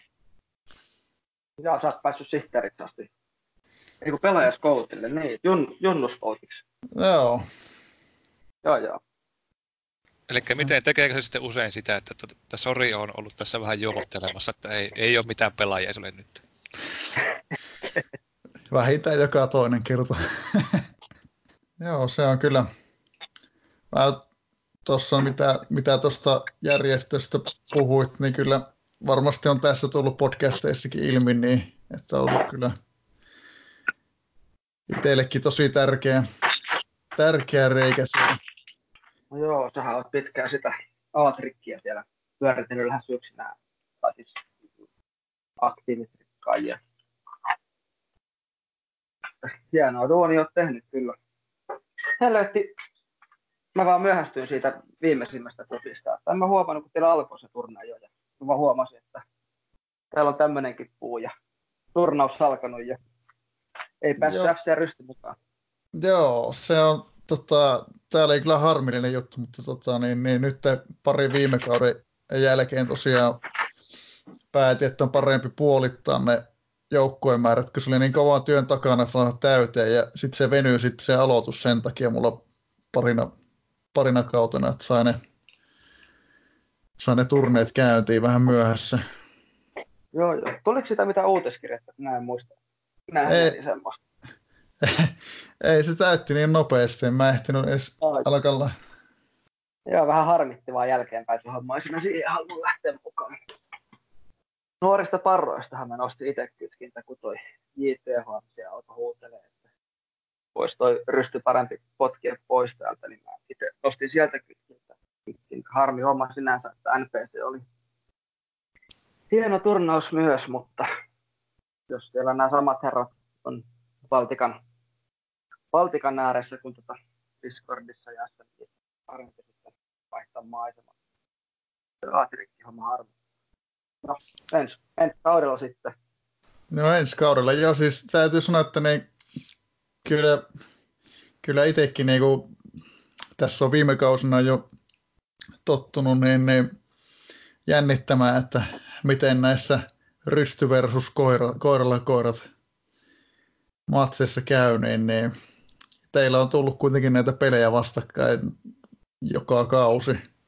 Speaker 3: Joo, sä oot päässyt sihteeriksi asti. Eiku pelaajaskoutille, niin, junnuskoutiksi.
Speaker 1: Joo.
Speaker 3: Joo.
Speaker 2: Eli miten tekeekö se sitten usein sitä, että Sori on ollut tässä vähän juopottelemassa, että ei ole mitään pelaajia sulle nyt?
Speaker 1: Vähintään joka toinen kerta. Joo, se on kyllä. Tuossa mitä tuosta järjestöstä puhuit, niin kyllä varmasti on tässä tullut podcasteissakin ilmi, niin että on ollut kyllä itsellekin tosi tärkeä reikä siellä.
Speaker 3: No joo, sähän olet pitkään sitä A-trikkiä siellä pyöritellyt lähes yksinään, tai siis aktiivitrikkaajia. Hienoa duunia olet tehnyt kyllä. Helvetti, mä vaan myöhästyin siitä viimeisimmästä kupista. En mä huomannut, kun teillä alkoi se turnaus jo. Ja mä vaan huomasin, että täällä on tämmönenkin puu ja turnaus alkanut ja ei päässyt FC Rysty mukaan.
Speaker 1: Joo, se on, täällä ei kyllä harmillinen juttu, mutta niin nyt pari viime kauden jälkeen tosiaan päätin, että on parempi puolittaa ne joukkueen määrät, kun se oli niin kovan työn takana, että saadaan täyteen, ja sitten se venyy sitten se aloitus sen takia mulla parina kautena, että sai ne turneet käyntiin vähän myöhässä.
Speaker 3: Joo. Tuliko sitä mitään uutiskirjettä? Mä en muista. Ei semmoista.
Speaker 1: Ei se täytti niin nopeasti, en mä ehtinyt edes alkaa.
Speaker 3: Joo, vähän harmitti vaan jälkeenpäin se homma. Mä siihen haluan lähteä mukaan. Nuorista parroistahan mä nostin itse kytkintä, kun toi JTH siellä auto huutelee, että voisi toi Rysty parempi potkia pois täältä, niin mä itse nostin sieltä kytkintä. Harmi homma sinänsä, että NPC oli hieno turnaus myös, mutta jos siellä nämä samat herrat on Baltikan ääressä kuin Discordissa ja niin parempi sitten vaihtaa maisemaa. Se aatirikki homma harmi. No, ensi kaudella sitten.
Speaker 1: No ensi kaudella, joo, siis täytyy sanoa, että niin, kyllä itsekin niin kuin, tässä on viime kausina jo tottunut niin jännittämään, että miten näissä Rysty versus koirat matseissa käy, niin teillä on tullut kuitenkin näitä pelejä vastakkain joka kausi.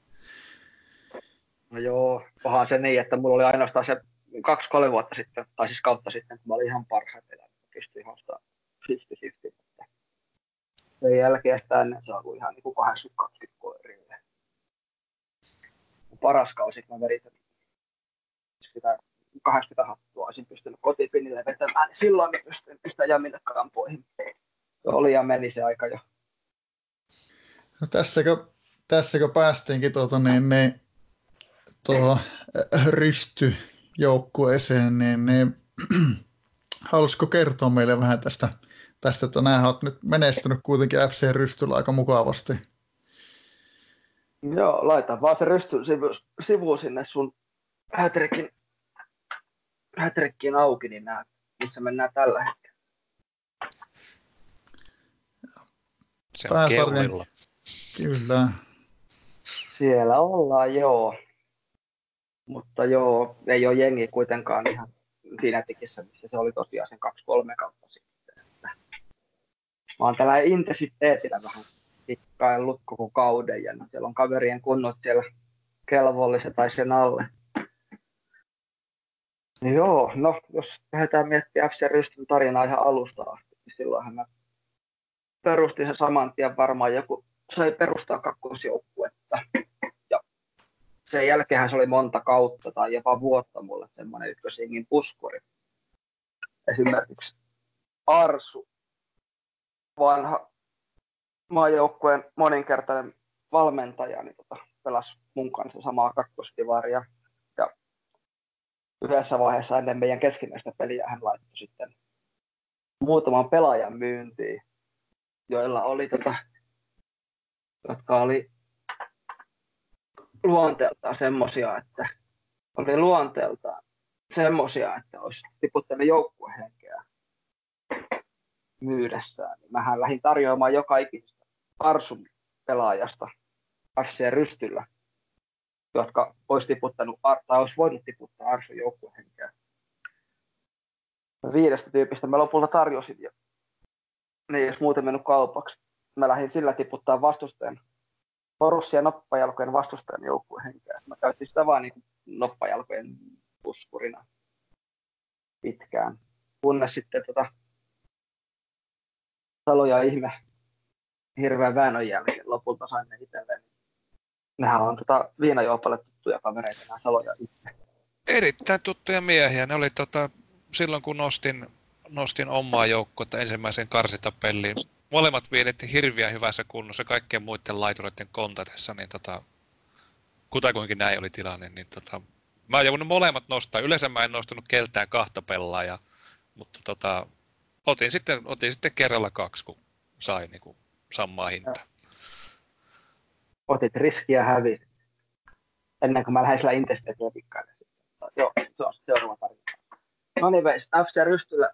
Speaker 3: No joo, pahan se niin, että mulla oli ainoastaan se 2-3 vuotta sitten, tai siis kautta sitten, kun mä olin ihan parhaat pelejä, pystyin haastaa 50-50, mutta sen jälkeen sitä ennen saatu ihan niin kuin 80-20 koirille. Paras kausi, kun mä vedin sitä 80 hattua, olisin pystynyt kotipinille vetämään, niin silloin mä pystyin pistää jämille kampoihin. Se oli ja meni se aika jo.
Speaker 1: No tässäkö päästiinkin tuohon Rysty-joukkueeseen, niin haluaisiko kertoa meille vähän tästä että näähän olet nyt menestynyt kuitenkin FC Rystyllä aika mukavasti.
Speaker 3: Joo, laita vaan se Rystyn sivu sinne sun hätrekkiin auki, niin näet, missä mennään tällä hetkellä.
Speaker 2: Se on keulilla.
Speaker 1: Kyllä.
Speaker 3: Siellä ollaan, joo. Mutta joo, ei ole jengi kuitenkaan ihan siinä tikissä, missä se oli tosiaan sen 2-3 kautta sitten. Että mä oon tällä intensiteetillä vähän tikkaillut koko kauden ja siellä on kaverien kunnot siellä kelvollisia tai sen alle. Joo, no jos lähdetään miettimään FC Rystyn tarinaa ihan alusta asti, niin silloinhan mä perustin sen saman tien varmaan joku sai perustaa kakkosjoukkuetta. Ja sen jälkeenhän se oli monta kautta tai jopa vuotta mulle semmoinen ykkösjengin puskuri. Esimerkiksi Arsu, vanha maajoukkueen moninkertainen valmentaja, niin pelasi mun kanssa samaa kakkostivaria. Ja yhdessä vaiheessa ennen meidän keskinäistä peliä hän laittoi sitten muutaman pelaajan myyntiin, joilla oli jotka oli luonteeltaan semmoisia, että olisi tiputtanut joukkuehenkeä myydessään. Mähän lähdin tarjoamaan joka ikistä Arsun pelaajasta FC Rystyllä, jotka olisi voinut tiputtaa Arsun joukkuehenkeä. 5 tyypistä mä lopulta tarjosin jo. Niin jos muuten mennyt kaupaksi. Mä lähdin sillä tiputtaa vastustajan Borussia noppajalkojen vastustajan joukkueen henkeä. Mä käytin sitä vaan niin noppajalkojen puskurina pitkään. Kunnes sitten Salo ja Ihme hirveän väännön jälkeen lopulta sain ne itselleen. Nehän on viinajuopalle tuttuja kavereita, nämä Salo ja Ihme.
Speaker 2: Erittäin tuttuja miehiä. Ne oli silloin kun nostin omaa joukkuetta ensimmäiseen karsitapelliin. Molemmat vietettiin hirveän hyvässä kunnossa kaikkien muiden laitureiden kontatessa, niin kutakuinkin näin oli tilanne. Niin mä oon voinut molemmat nostaa. Yleensä mä en nostanut keltään 2 pelaajaa, mutta otin sitten kerralla 2, kun sai niin kuin samaa hintaa.
Speaker 3: Otit riskiä hävisit. Ennen kuin mä lähdin sillä intesteetillä pikkailemaan. Joo, se on seuraava tarina. No niin, FC Rystyllä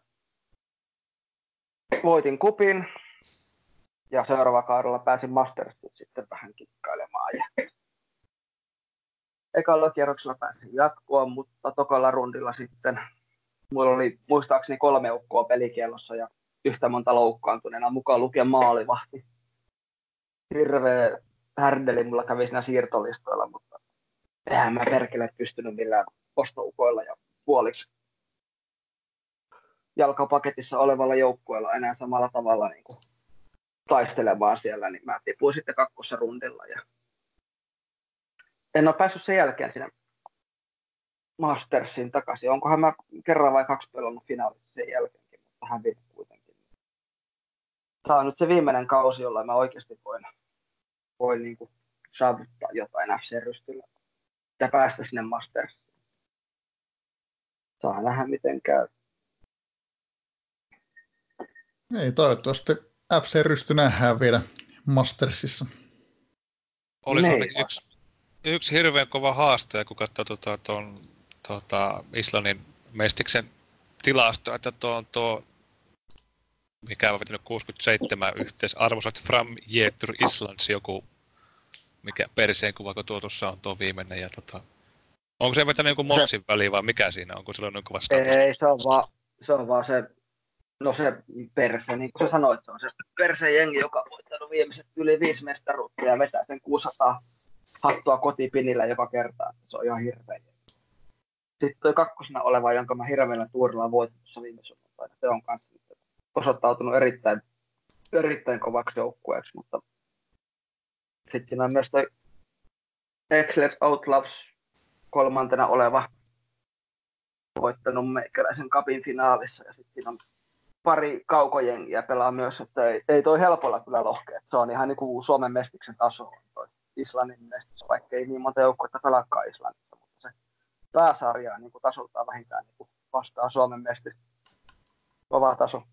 Speaker 3: voitin kupin. Ja seuraava kaudella pääsin Mastersiin sitten vähän kikkailemaan. Ja ekalla kierroksella pääsin jatkoon, mutta tokalla rundilla sitten mulla oli muistaakseni 3 joukkoa pelikielossa ja yhtä monta loukkaantuneena, mukaan lukien maalivahti. Hirveä härdeli mulla kävi siinä siirtolistoilla, mutta eihän mä perkele pystynyt millään ostoukoilla ja puoliksi jalkapaketissa olevalla joukkueella enää samalla tavalla niin kuin taistelemaan siellä, niin mä tipuin sitten 2. rundilla ja en ole päässyt sen jälkeen sinne Mastersiin takaisin. Onkohan mä kerran vai 2 pelannut finaalissa sen jälkeenkin, mutta hävin kuitenkin. Tämä on nyt se viimeinen kausi, jolla mä oikeasti voin niin kuin saavuttaa jotain FC-rystyllä ja päästä sinne Mastersiin. Saa nähdä miten käy.
Speaker 1: Ei, toivottavasti FC-rysty nähdään vielä Mastersissa.
Speaker 2: Olisi yksi hirveän kova haaste, kun katsoo tuon Islannin mestiksen tilasto, että tuo mikä on vetänyt 67 yhteisarvoisat Fram Jetur Islands, joku mikä perseen kuva, kun tuossa on tuo viimeinen. Ja onko se vetänyt joku Motsin väliin vai mikä siinä? Onko sillä joku vastaava?
Speaker 3: Ei, se on vaan se, no se perse, niin kuin sä sanoit, se on se perseen jengi, joka on voittanut viimeiset yli 5 mestaruutta ja vetää sen 600 hattua kotipinillä joka kerta. Se on ihan hirveä. Sitten toi 2. oleva, jonka mä hirveällä tuurilla voitin tuossa viime sunnuntaina, se on kanssa osoittautunut erittäin kovaksi joukkueeksi, mutta sitten siinä on myös toi Excellence Outlaws 3. oleva voittanut meikäläisen cupin finaalissa ja sitten siinä on pari kaukojengiä pelaa myös, että ei toi helpolla kyllä lohkea. Se on ihan niin kuin Suomen mestiksen taso on toi Islannin mestis, vaikka ei niin monta joukkuetta pelaakaan Islannissa, mutta se pääsarja niin kuin tasoltaan vähintään niin kuin vastaa Suomen mestis. Kova taso.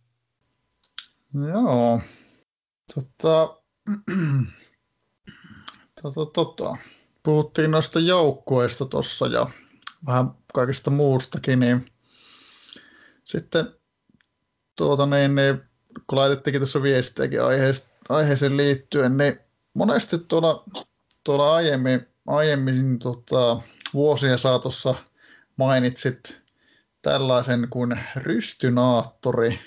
Speaker 1: Joo. Puhuttiin noista joukkueista tuossa ja vähän kaikesta muustakin, niin sitten kun laitettiinkin tuossa viestiäkin aiheeseen liittyen, niin monesti tuolla aiemmin vuosien saatossa mainitsit tällaisen kuin rystynaattori.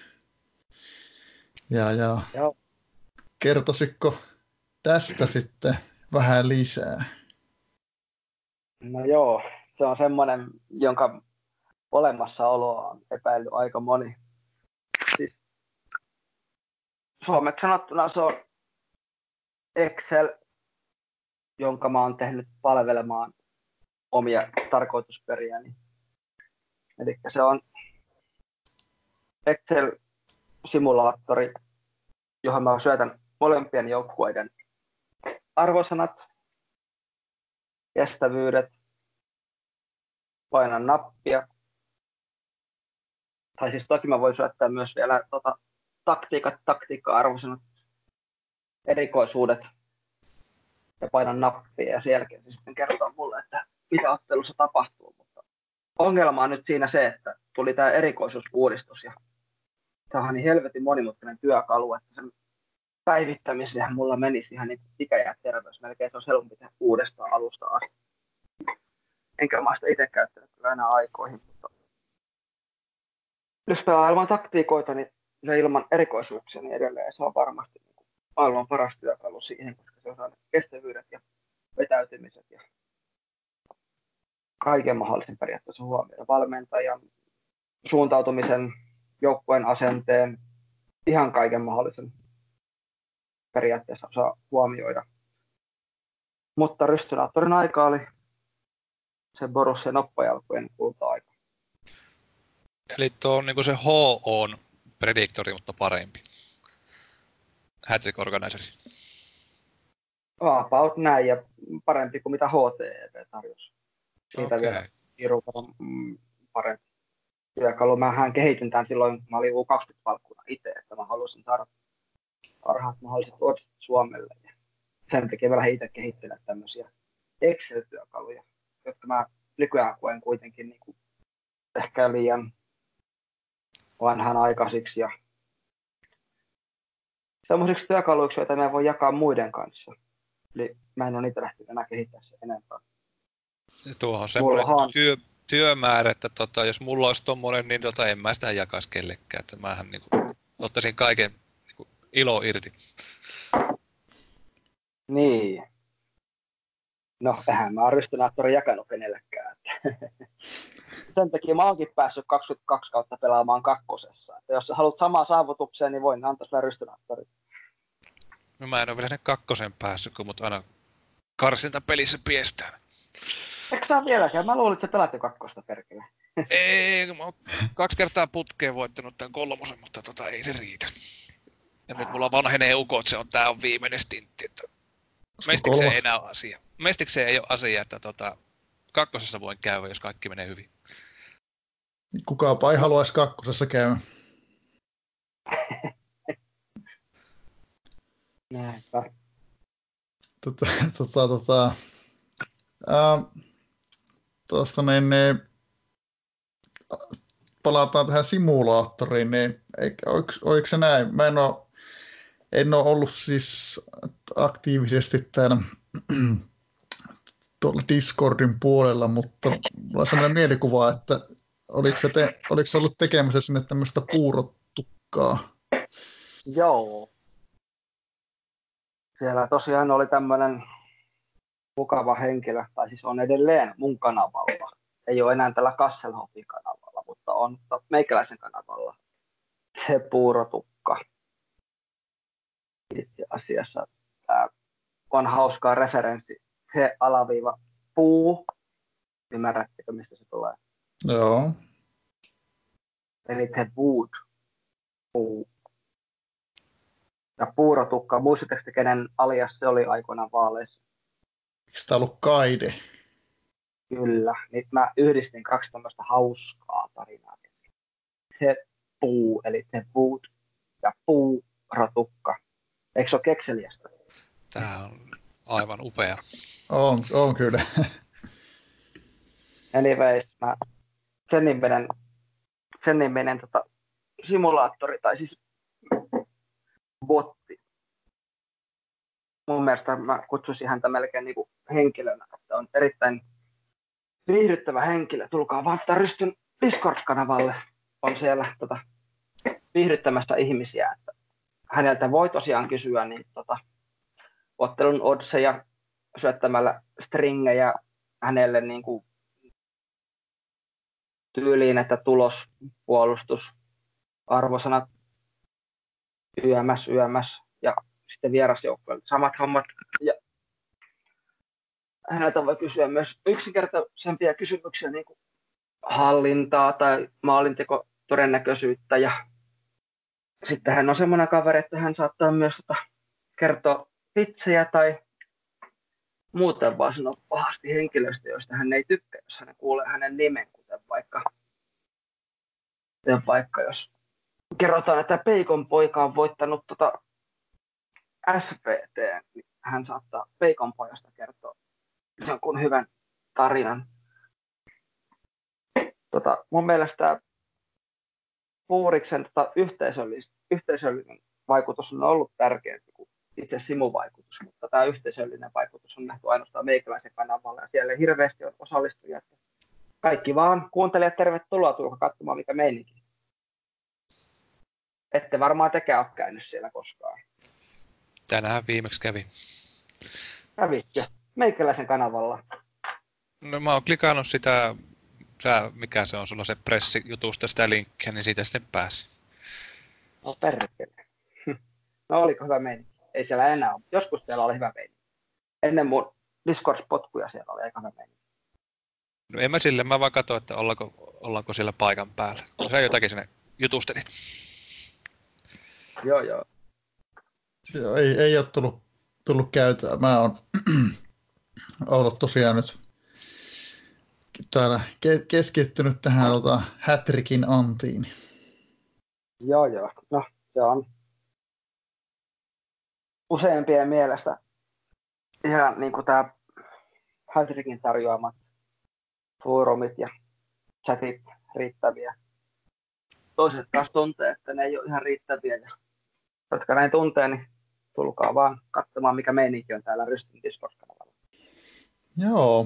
Speaker 1: Ja kertoisitko tästä sitten vähän lisää?
Speaker 3: No joo, se on semmoinen, jonka olemassaoloa on epäillyt aika moni. Siis suomeksi sanottuna se on Excel, jonka mä oon tehnyt palvelemaan omia tarkoitusperiäni. Eli se on Excel-simulaattori, johon mä syötän molempien joukkueiden arvosanat, kestävyydet, painan nappia. Tai siis toki mä voin syöttää myös vielä taktiikka-arvosanat, erikoisuudet ja painan nappia ja sen jälkeen se sitten kertoo mulle, että mitä ottelussa tapahtuu. Mutta ongelma on nyt siinä se, että tuli tämä erikoisuusuudistus ja tämä on niin helvetin monimutkainen työkalu, että sen päivittämiseen mulla menisi ihan niin ikä ja terveys. Melkein se on helpompi tehdä uudestaan alusta asti. Enkä mä sitä itse käyttänyt kyllä enää aikoihin. Mutta jos pelaa ilman taktiikoita, niin se ilman erikoisuuksia, niin edelleen se on varmasti maailman paras työkalu siihen, koska se osaa kestävyydet ja vetäytymiset ja kaiken mahdollisen periaatteessa huomioida. Valmentajan suuntautumisen, joukkueen asenteen, ihan kaiken mahdollisen periaatteessa osaa huomioida. Mutta Rystynaattorin aika oli se Borussian noppajalkojen kulta-aika.
Speaker 2: Eli tuo on niin se HO:n prediktori, mutta parempi. Hat-trick organizeri.
Speaker 3: About näin ja parempi kuin mitä HTEP tarjosi. Siitä vielä kiruukan parempi työkalu. Mähän kehitin tämän silloin, mä olin U20-valkkuna itse, että mä halusin saada parhaat mahdolliset oddsit Suomelle. Ja sen takia vielä itse kehittelen tämmöisiä Excel-työkaluja, jotka mä nykyään koen kuitenkin niin kuin ehkä liian vanhanaikaisiksi ja semmoisiksi työkaluiksi, joita me voi jakaa muiden kanssa. Eli mä en ole niitä lähtenyt enää kehittää se enempää.
Speaker 2: Tuohon semmoinen työmäärä, että jos mulla olisi tommoinen, niin en mä sitä jakaisi kellekään. Että mähän niin kuin, ottaisin kaiken niin kuin, ilo irti.
Speaker 3: Niin. No, eihän mä oon Rystynaattorin jakanut kenellekään. Sen takia mä oonkin päässyt 22 kautta pelaamaan kakkosessa. Että jos sä haluat samaa saavutukseen, niin voin antaa sulle Rystynaattorin.
Speaker 2: No mä en ole vielä sinne kakkosen päässyt, kun mut aina karsintapelissä piestään.
Speaker 3: Eikö sä vieläkään? Mä luulin, että sä pelaat jo kakkosta perkele.
Speaker 2: Ei, mä oon 2 kertaa putkeen voittanut tämän 3, mutta ei se riitä. Ja nyt mulla vanhenee ukot, tää on viimeinen stintti. Mestikseen ei enää ole asia. Mestikseen ei ole asia, että kakkosessa voin käydä, jos kaikki menee hyvin.
Speaker 1: Kukaapa ei haluaisi kakkosessa käydä.
Speaker 3: Näinpä.
Speaker 1: Tuosta palataan tähän simulaattoriin, niin oliko se näin? Mä en ole ollut siis aktiivisesti täällä tuolla Discordin puolella, mutta mulla on sellainen mielikuva, että oliko se ollut tekemässä sinne tämmöistä puurotukkaa?
Speaker 3: Joo. Siellä tosiaan oli tämmöinen mukava henkilö, tai siis on edelleen mun kanavalla. Ei ole enää tällä Kasselhoffin kanavalla, mutta on meikäläisen kanavalla se puurotukka. Itse asiassa tämä on hauskaa referenssi. Se alaviiva puu. Ymmärrättekö, mistä se tulee?
Speaker 1: Joo.
Speaker 3: Eli the wood. Puu. Ja puurotukka. Muistatteko te, kenen alias se oli aikoinaan vaaleissa?
Speaker 1: Eikö tämä ollut Kaide?
Speaker 3: Kyllä. Nyt mä yhdistin 2 tämmöistä hauskaa tarinaa. Se puu, eli the wood ja puurotukka. Eikö se ole kekseliästä?
Speaker 2: Tämä on aivan upea.
Speaker 1: On kyllä.
Speaker 3: Anyways, sen nimenen simulaattori, tai siis botti. Mun mielestä mä kutsuisin häntä melkein niin kuin henkilönä, että on erittäin viihdyttävä henkilö. Tulkaa vaan Rystyn Discord-kanavalle. On siellä viihdyttämässä ihmisiä. Että häneltä voi tosiaan kysyä niin, ottelun oddseja syöttämällä stringejä hänelle niin kuin tyyliin, että tulos, puolustus, arvosanat, YMS ja sitten vierasjoukkoille samat hommat. Ja häneltä voi kysyä myös yksinkertaisempia kysymyksiä, niin kuin hallintaa tai maalinteko todennäköisyyttä. Ja sitten hän on semmoinen kaveri, että hän saattaa myös kertoa vitsejä tai muuten vaan sanoa pahasti henkilöistä, joista hän ei tykkää, jos hän kuulee hänen nimen, kuten vaikka jos kerrotaan, että Peikon poika on voittanut SPT, niin hän saattaa Peikon pojasta kertoa jonkun hyvän tarinan. Mun mielestä Puuriksen yhteisöllinen vaikutus on ollut tärkeämpi kuin itse simuvaikutus, mutta tämä yhteisöllinen vaikutus on nähty ainoastaan meikäläisen kanavalla ja siellä ei hirveästi ole osallistujia. Kaikki vaan kuuntelijat, tervetuloa, tulkaa katsomaan mikä meininki. Ette varmaan tekään ole käynyt siellä koskaan.
Speaker 2: Tänään viimeksi kävi.
Speaker 3: Kävitkö? Meikäläisen kanavalla.
Speaker 2: No mä oon klikannut sitä, mikä se on sulla se pressijutusta sitä linkkiä, niin siitä sitten pääsi.
Speaker 3: No perkele. No oliko hyvä meininki? Ei siellä enää ole. Joskus siellä oli hyvä meininki. Ennen mun Discord-potkuja siellä oli aika hyvä meininki.
Speaker 2: No en mä sille, mä vaan katsoin, että ollaanko siellä paikan päällä. Sä jotakin sinne jutustelit.
Speaker 3: Joo.
Speaker 1: Joo, ei ole tullut käytää. Mä oon ollut tosiaan nyt täällä keskittynyt tähän Hätrikin antiin.
Speaker 3: Joo. No, se on useimpien mielestä ihan niin kuin tämä Hätrikin tarjoamat foorumit ja chatit riittäviä. Toiset taas tuntee, että ne ei ole ihan riittäviä. Ja jotka näin tuntee, niin tulkaa vaan katsomaan, mikä meininki on täällä Rystin Discord-kanavalla.
Speaker 1: Joo.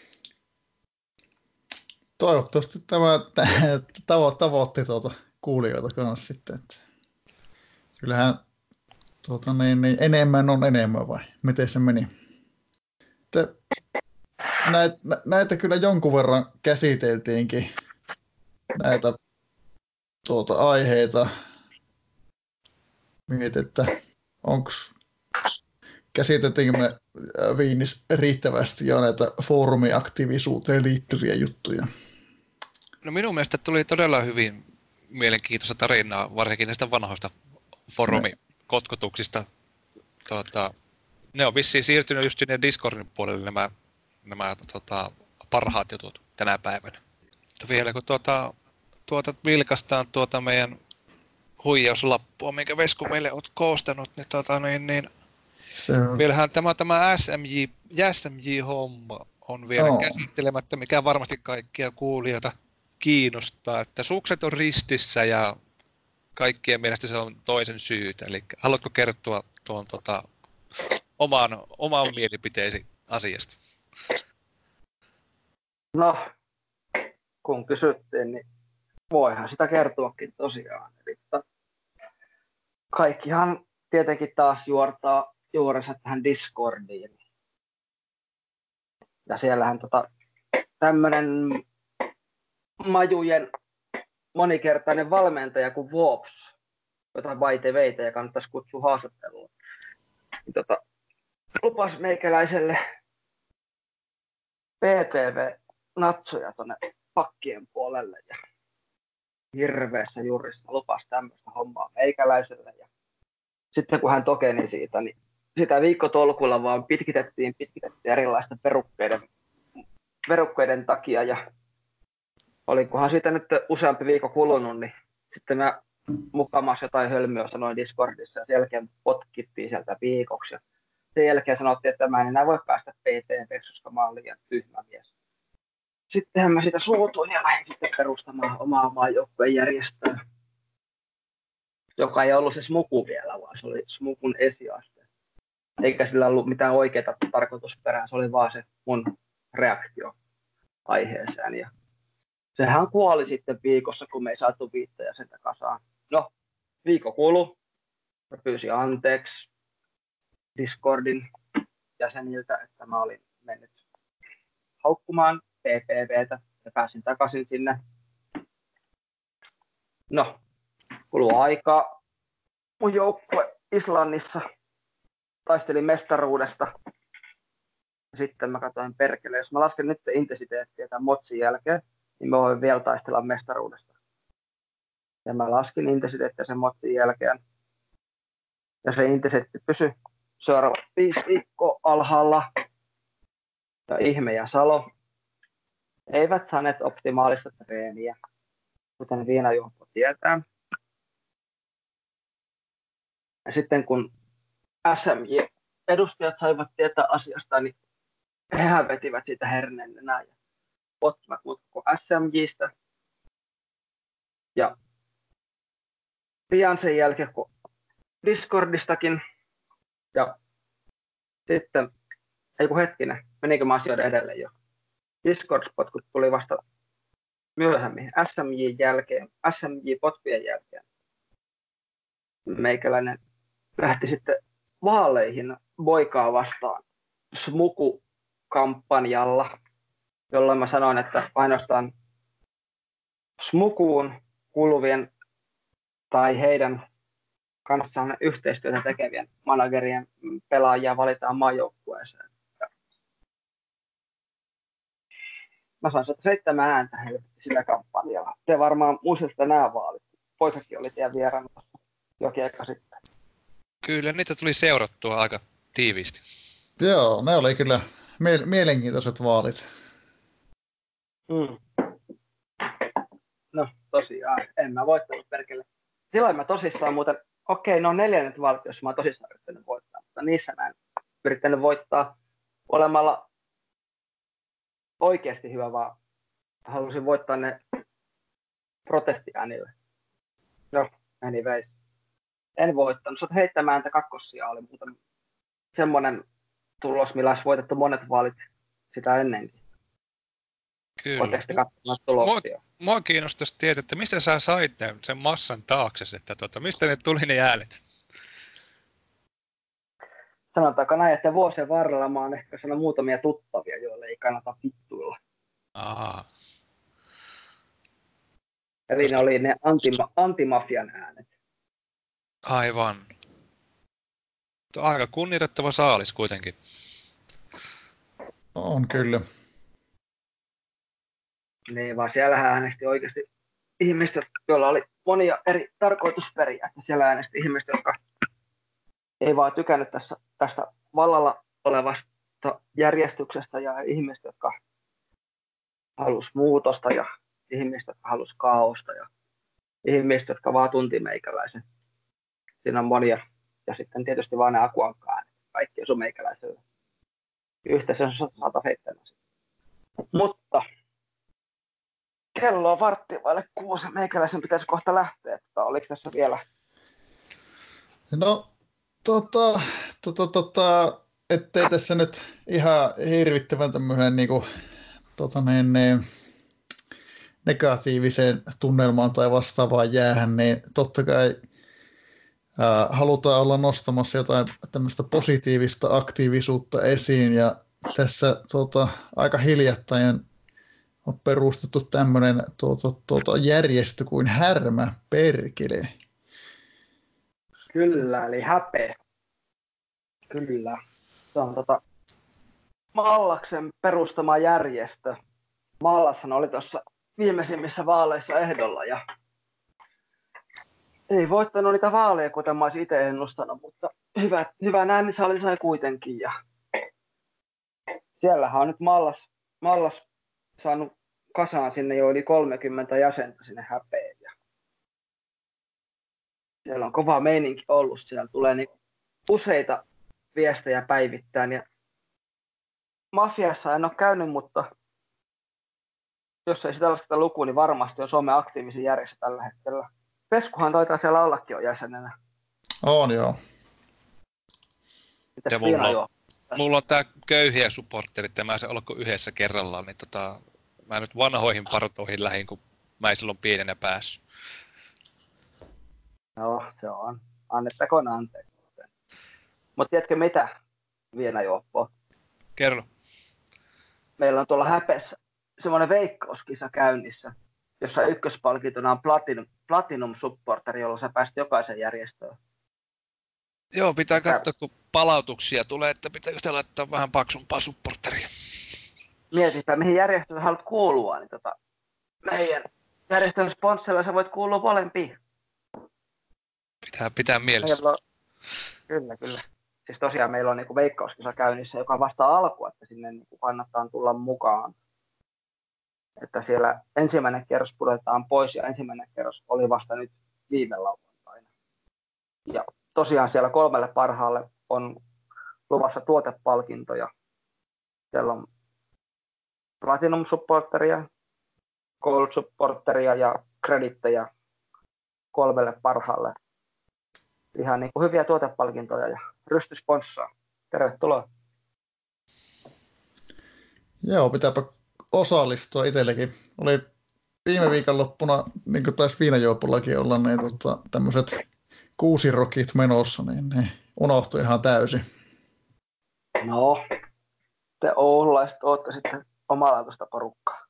Speaker 1: Toivottavasti tämä tavoitti kuulijoita kanssa sitten. Että kyllähän enemmän on enemmän vai miten se meni? Näitä kyllä jonkun verran käsiteltiinkin, näitä aiheita. Mietin, että käsiteltiinkö me Viinis riittävästi jo näitä foorumiaktiivisuuteen liittyviä juttuja?
Speaker 2: No minun mielestä tuli todella hyvin mielenkiintoista tarinaa, varsinkin näistä vanhoista foorumikotkotuksista. Ne on vissiin siirtynyt just sinne Discordin puolelle nämä parhaat jutut tänä päivänä. Vielä kun vilkaistaan meidän huijauslappua, minkä Vesku meille on koostanut, niin vielähän tämä SMJ-homma on vielä käsittelemättä, mikä varmasti kaikkia kuulijoita kiinnostaa, että sukset on ristissä ja kaikkien mielestä se on toisen syytä. Eli haluatko kertoa tuon oman mielipiteesi asiasta?
Speaker 3: No, kun kysyttiin, niin voihan sitä kertoakin tosiaan. Eli kaikkihan tietenkin taas juortaa juurensa tähän Discordiin. Ja siellähän tämmöinen majujen monikertainen valmentaja kuin Wops, jota vaiteveitä ja kannattaisi kutsua haastatteluun, lupasi meikäläiselle PPV-natsoja tuonne pakkien puolelle ja hirveässä jurissa lupasi tämmöistä hommaa meikäläiselle. Ja sitten kun hän tokeni siitä, niin sitä viikkotolkulla vaan pitkitettiin erilaisten verukkeiden takia. Ja olikohan siitä nyt useampi viikko kulunut, niin sitten mä mukamassa jotain hölmöä sanoin Discordissa ja sen jälkeen potkittiin sieltä viikoksi. Ja sen jälkeen sanottiin, että mä en enää voi päästä PTV:ksi, koska mä olen liian tyhmä mies. Sittenhän mä sitä suutuin ja lähdin sitten perustamaan omaa joukkueen järjestöä, joka ei ollut se Smuku vielä, vaan se oli Smukun esiaste. Eikä sillä ollut mitään oikeaa tarkoitusperää, se oli vaan se mun reaktio aiheeseen. Ja sehän kuoli sitten viikossa, kun me ei saatu 5 jäsentä kasaan. No, viikko kului. Mä pyysin anteeksi Discordin jäseniltä, että mä olin mennyt haukkumaan PPVtä ja pääsin takaisin sinne. No, kului aikaa. Mun joukkue Islannissa taistelin mestaruudesta. Sitten mä katsoin perkele, jos mä lasken nyt intensiteettiä tämän motsin jälkeen, niin mä voin vielä taistella mestaruudesta. Ja mä laskin intensiteettiä sen motsin jälkeen. Ja se intensiteetti pysyi seuraavat 5 viikkoa alhaalla. Ja Ihme ja Salo eivät saaneet optimaalista treeniä, kuten Viinajuoppo tietää. Ja sitten kun SMJ-edustajat saivat tietää asiasta, niin hehän vetivät siitä herneenä ja ottivat mut koko SMJstä. Ja pian sen jälkeen kun Discordistakin. Ja sitten, ei kun hetkinen, menikö mä asioiden edelle jo? Discord-potkut tuli vasta myöhemmin, SMJ-potkujen jälkeen. Meikäläinen lähti sitten vaaleihin Boikaa vastaan Smuku-kampanjalla, jolloin mä sanoin, että ainoastaan Smukuun kuuluvien tai heidän kanssaan yhteistyötä tekevien managerien pelaajia valitaan maajoukkueeseen. Mä sain 7 ääntä sillä kampanjalla. Te varmaan muistatte nämä vaalit. Poikakin oli teidän vieraana jokin aika sitten.
Speaker 2: Kyllä, niitä tuli seurattua aika tiiviisti.
Speaker 1: Joo, ne oli kyllä mielenkiintoiset vaalit.
Speaker 3: No tosiaan, en mä voittanut perkele. Silloin mä tosissaan muuten, ne on 4. vaalit, jos mä oon tosissaan yrittänyt voittaa, mutta niissä mä en yrittänyt voittaa olemalla oikeasti hyvä, vaan halusin voittaa ne protestiäänille. No, anyways. En voittanut. 7 ääntä kakkosia oli muuten semmoinen tulos, millä olisi voitettu monet vaalit sitä ennenkin.
Speaker 2: Kyllä.
Speaker 3: Oikeasti katsomaan tuloksia.
Speaker 2: Mua kiinnostaisi tietää, että mistä sä sait sen massan taakse, että mistä ne tuli ne äänet?
Speaker 3: Sanotaanko näin, että vuosien varrella mä oon ehkä sanonut muutamia tuttavia, joille ei kannata vittuilla. Eli ne oli ne antimafian äänet.
Speaker 2: Aivan. Aika kunnioitettava saalis kuitenkin.
Speaker 1: On kyllä.
Speaker 3: Niin, vaan siellähän äänesti oikeasti ihmiset, joilla oli monia eri tarkoitusperiä. Siellä äänesti ihmiset, jotka ei vaan tykännyt tästä vallalla olevasta järjestyksestä ja ihmiset, jotka halusi muutosta ja ihmiset, jotka halusi kaaosta ja ihmiset, jotka vaan tunti meikäläisen. Siinä on monia. Ja sitten tietysti vaan ne akuankka-äänet. Kaikki osui meikäläiselle. Yhteensä 107. Mutta kello on 5:15. Meikäläisen pitäisi kohta lähteä. Oliko tässä vielä?
Speaker 1: No, ettei tässä nyt ihan hirvittävän tämmöinen niinku, negatiiviseen tunnelmaan tai vastaavaan jäähän, niin totta kai halutaan olla nostamassa jotain tämmöistä positiivista aktiivisuutta esiin, ja tässä aika hiljattain on perustettu tämmöinen järjestö kuin Härmä Perkele.
Speaker 3: Kyllä, eli häpe. Kyllä. Se on Mallaksen perustama järjestö. Mallashan oli tuossa viimeisimmissä vaaleissa ehdolla ja ei voittanut niitä vaaleja, kuten mä olisin itse ennustanut, mutta hyvän äänisali sai kuitenkin. Ja siellähän on nyt Mallas saanut kasaan sinne jo yli 30 jäsentä sinne häpeen. Ja siellä on kova meininki ollut. Siellä tulee niin useita viestejä päivittäin. Ja mafiassa en ole käynyt, mutta jos ei sitä lasketa lukuun, niin varmasti on Suomen aktiivisin järjestö tällä hetkellä. Peskuhan taitaa siellä ollakin jo jäsenenä.
Speaker 1: On joo.
Speaker 3: Mitäs
Speaker 2: mulla on tää köyhiä supporterit ja mä en olla yhdessä kerrallaan, niin mä nyt vanhoihin partoihin lähin, kun mä en silloin pienenä päässyt.
Speaker 3: No, se on. Annettakoon anteeksi. Mutta tiedätkö mitä, Viinajuoppo?
Speaker 2: Kerro.
Speaker 3: Meillä on tuolla Häpeessä semmoinen veikkauskisa käynnissä, jossa ykköspalkintona on Platinum Supporter, jolla sä pääst jokaisen järjestöön.
Speaker 2: Joo, pitää katsoa, kun palautuksia tulee, että pitääkö sitä laittaa vähän paksumpaa supporteria.
Speaker 3: Mietipä, mihin järjestöön haluat kuulua, niin meidän järjestön sponsorilla sä voit kuulua molempiin.
Speaker 2: Pitää mielessä.
Speaker 3: Kyllä. Siis tosiaan meillä on niinku veikkauskisa käynnissä, joka vasta alkua, että sinne niinku kannattaa tulla mukaan. Että siellä ensimmäinen kierros pudotetaan pois ja ensimmäinen kierros oli vasta nyt viime lauantaina. Ja tosiaan siellä 3 parhaalle on luvassa tuotepalkintoja. Siellä on Platinum Supporteria, Gold Supporteria ja kredittejä 3 parhaalle. Ihan niin kuin hyviä tuotepalkintoja ja rystysponssaa. Tervetuloa.
Speaker 1: Joo, pitääpä osallistua itsellekin. Oli viime viikonloppuna, niin kuin taisi Viinajuopollakin olla, niin tämmöiset kuusirokit menossa, niin unohtui ihan täysin.
Speaker 3: No, te oululaiset ootte sitten omalaatuista porukkaa.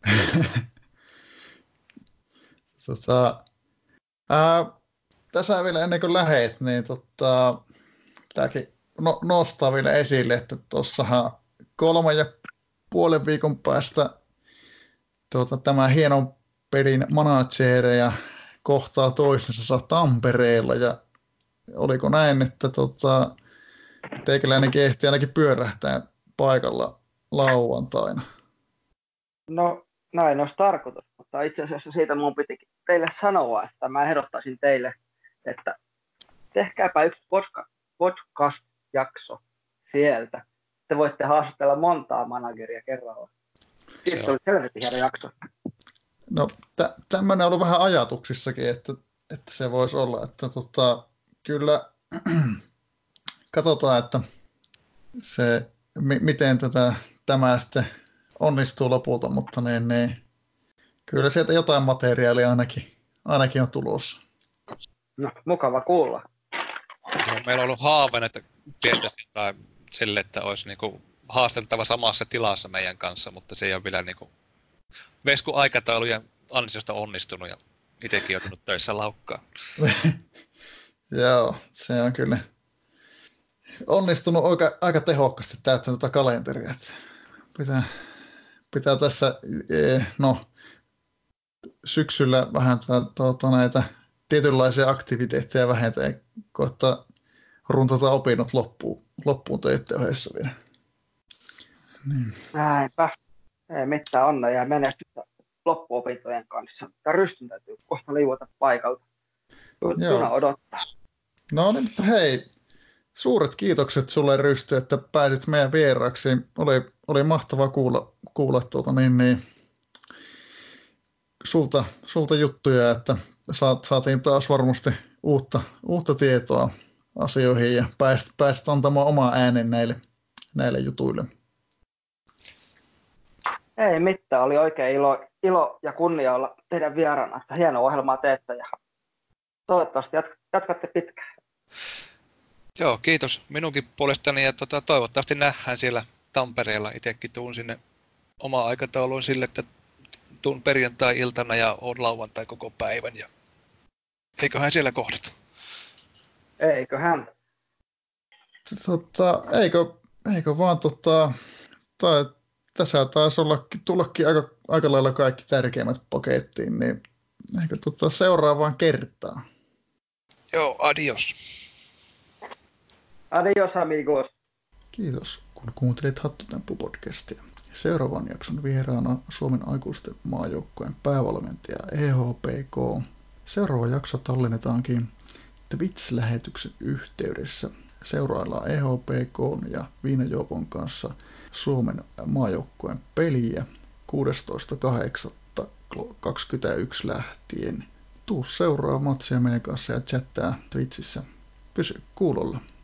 Speaker 1: Tässä vielä ennen kuin lähet, niin pitääkin nostaa vielä esille, että tuossahan 3,5 viikon päästä tämä hienon pelin managereja kohtaa toisensa Tampereella, ja oliko näin, että teikäläinenkin ehti ainakin pyörähtää paikalla lauantaina?
Speaker 3: No, näin olisi tarkoitus, mutta itse asiassa siitä minun pitikin teille sanoa, että mä ehdottaisin teille, että tehkääpä yksi podcast-jakso sieltä. Te voitte haastatella montaa manageria kerralla. Siitä oli selvästi hieno jakso.
Speaker 1: No, tämmöinen on ollut vähän ajatuksissakin, että se voisi olla, että kyllä katsotaan, että se, miten tämä sitten onnistuu lopulta, mutta niin, kyllä sieltä jotain materiaalia ainakin on tulossa.
Speaker 3: No, mukava kuulla.
Speaker 2: Joo, meillä on ollut haaveena, että pientästi tai sille, että olisi niinku haasteltava samassa tilassa meidän kanssa, mutta se ei ole vielä niinku vesku-aikataulujen ansiosta onnistunut ja itsekin joutunut töissä laukkaan.
Speaker 1: Joo, se on kyllä onnistunut aika tehokkaasti täyttämään tätä kalenteria. Pitää tässä syksyllä vähän näitä tietynlaisia aktiviteetteja vähentää ja koittaa runtata opinnot loppuun töiden ohessa vielä. Niin.
Speaker 3: Näinpä. Ei mitään onnea ja menestystä loppuopintojen kanssa. Tämä Rystyn täytyy kohta liuota paikalta. Juna odottaa.
Speaker 1: No niin, hei. Suuret kiitokset sulle, Rysty, että pääsit meidän vieraaksi. Oli mahtavaa kuulla sulta juttuja, että saatiin taas varmasti uutta tietoa asioihin ja pääsit antamaan omaa äänen näille jutuille.
Speaker 3: Ei mitään, oli oikein ilo ja kunnia olla teidän vieraana, että hienoa ohjelmaa teette ja toivottavasti jatkatte pitkään.
Speaker 2: Joo, kiitos minunkin puolestani ja toivottavasti nähdään siellä Tampereella. Itsekin tuun sinne omaan aikatauluun sille, että tuun perjantai-iltana ja on lauantai koko päivän. Ja eiköhän siellä kohdata.
Speaker 3: Eiköhän.
Speaker 1: Eikö vaan tässä taisi tullakin aika lailla kaikki tärkeimmät pakettiin, niin eikö seuraavaan kertaan.
Speaker 2: Joo, adios.
Speaker 3: Adios amigos.
Speaker 1: Kiitos, kun kuuntelit Hattutemppu-podcastia. Seuraavan jakson vieraana Suomen aikuisten maajoukkueen päävalmentaja EHPK. Seuraava jakso tallennetaankin Twitch-lähetyksen yhteydessä. Seuraillaan EHPK ja Viinajuopon kanssa Suomen maajoukkueen peliä 16.8.21 lähtien. Tuu seuraa matsia meidän kanssa ja chattaa Twitchissä. Pysy kuulolla.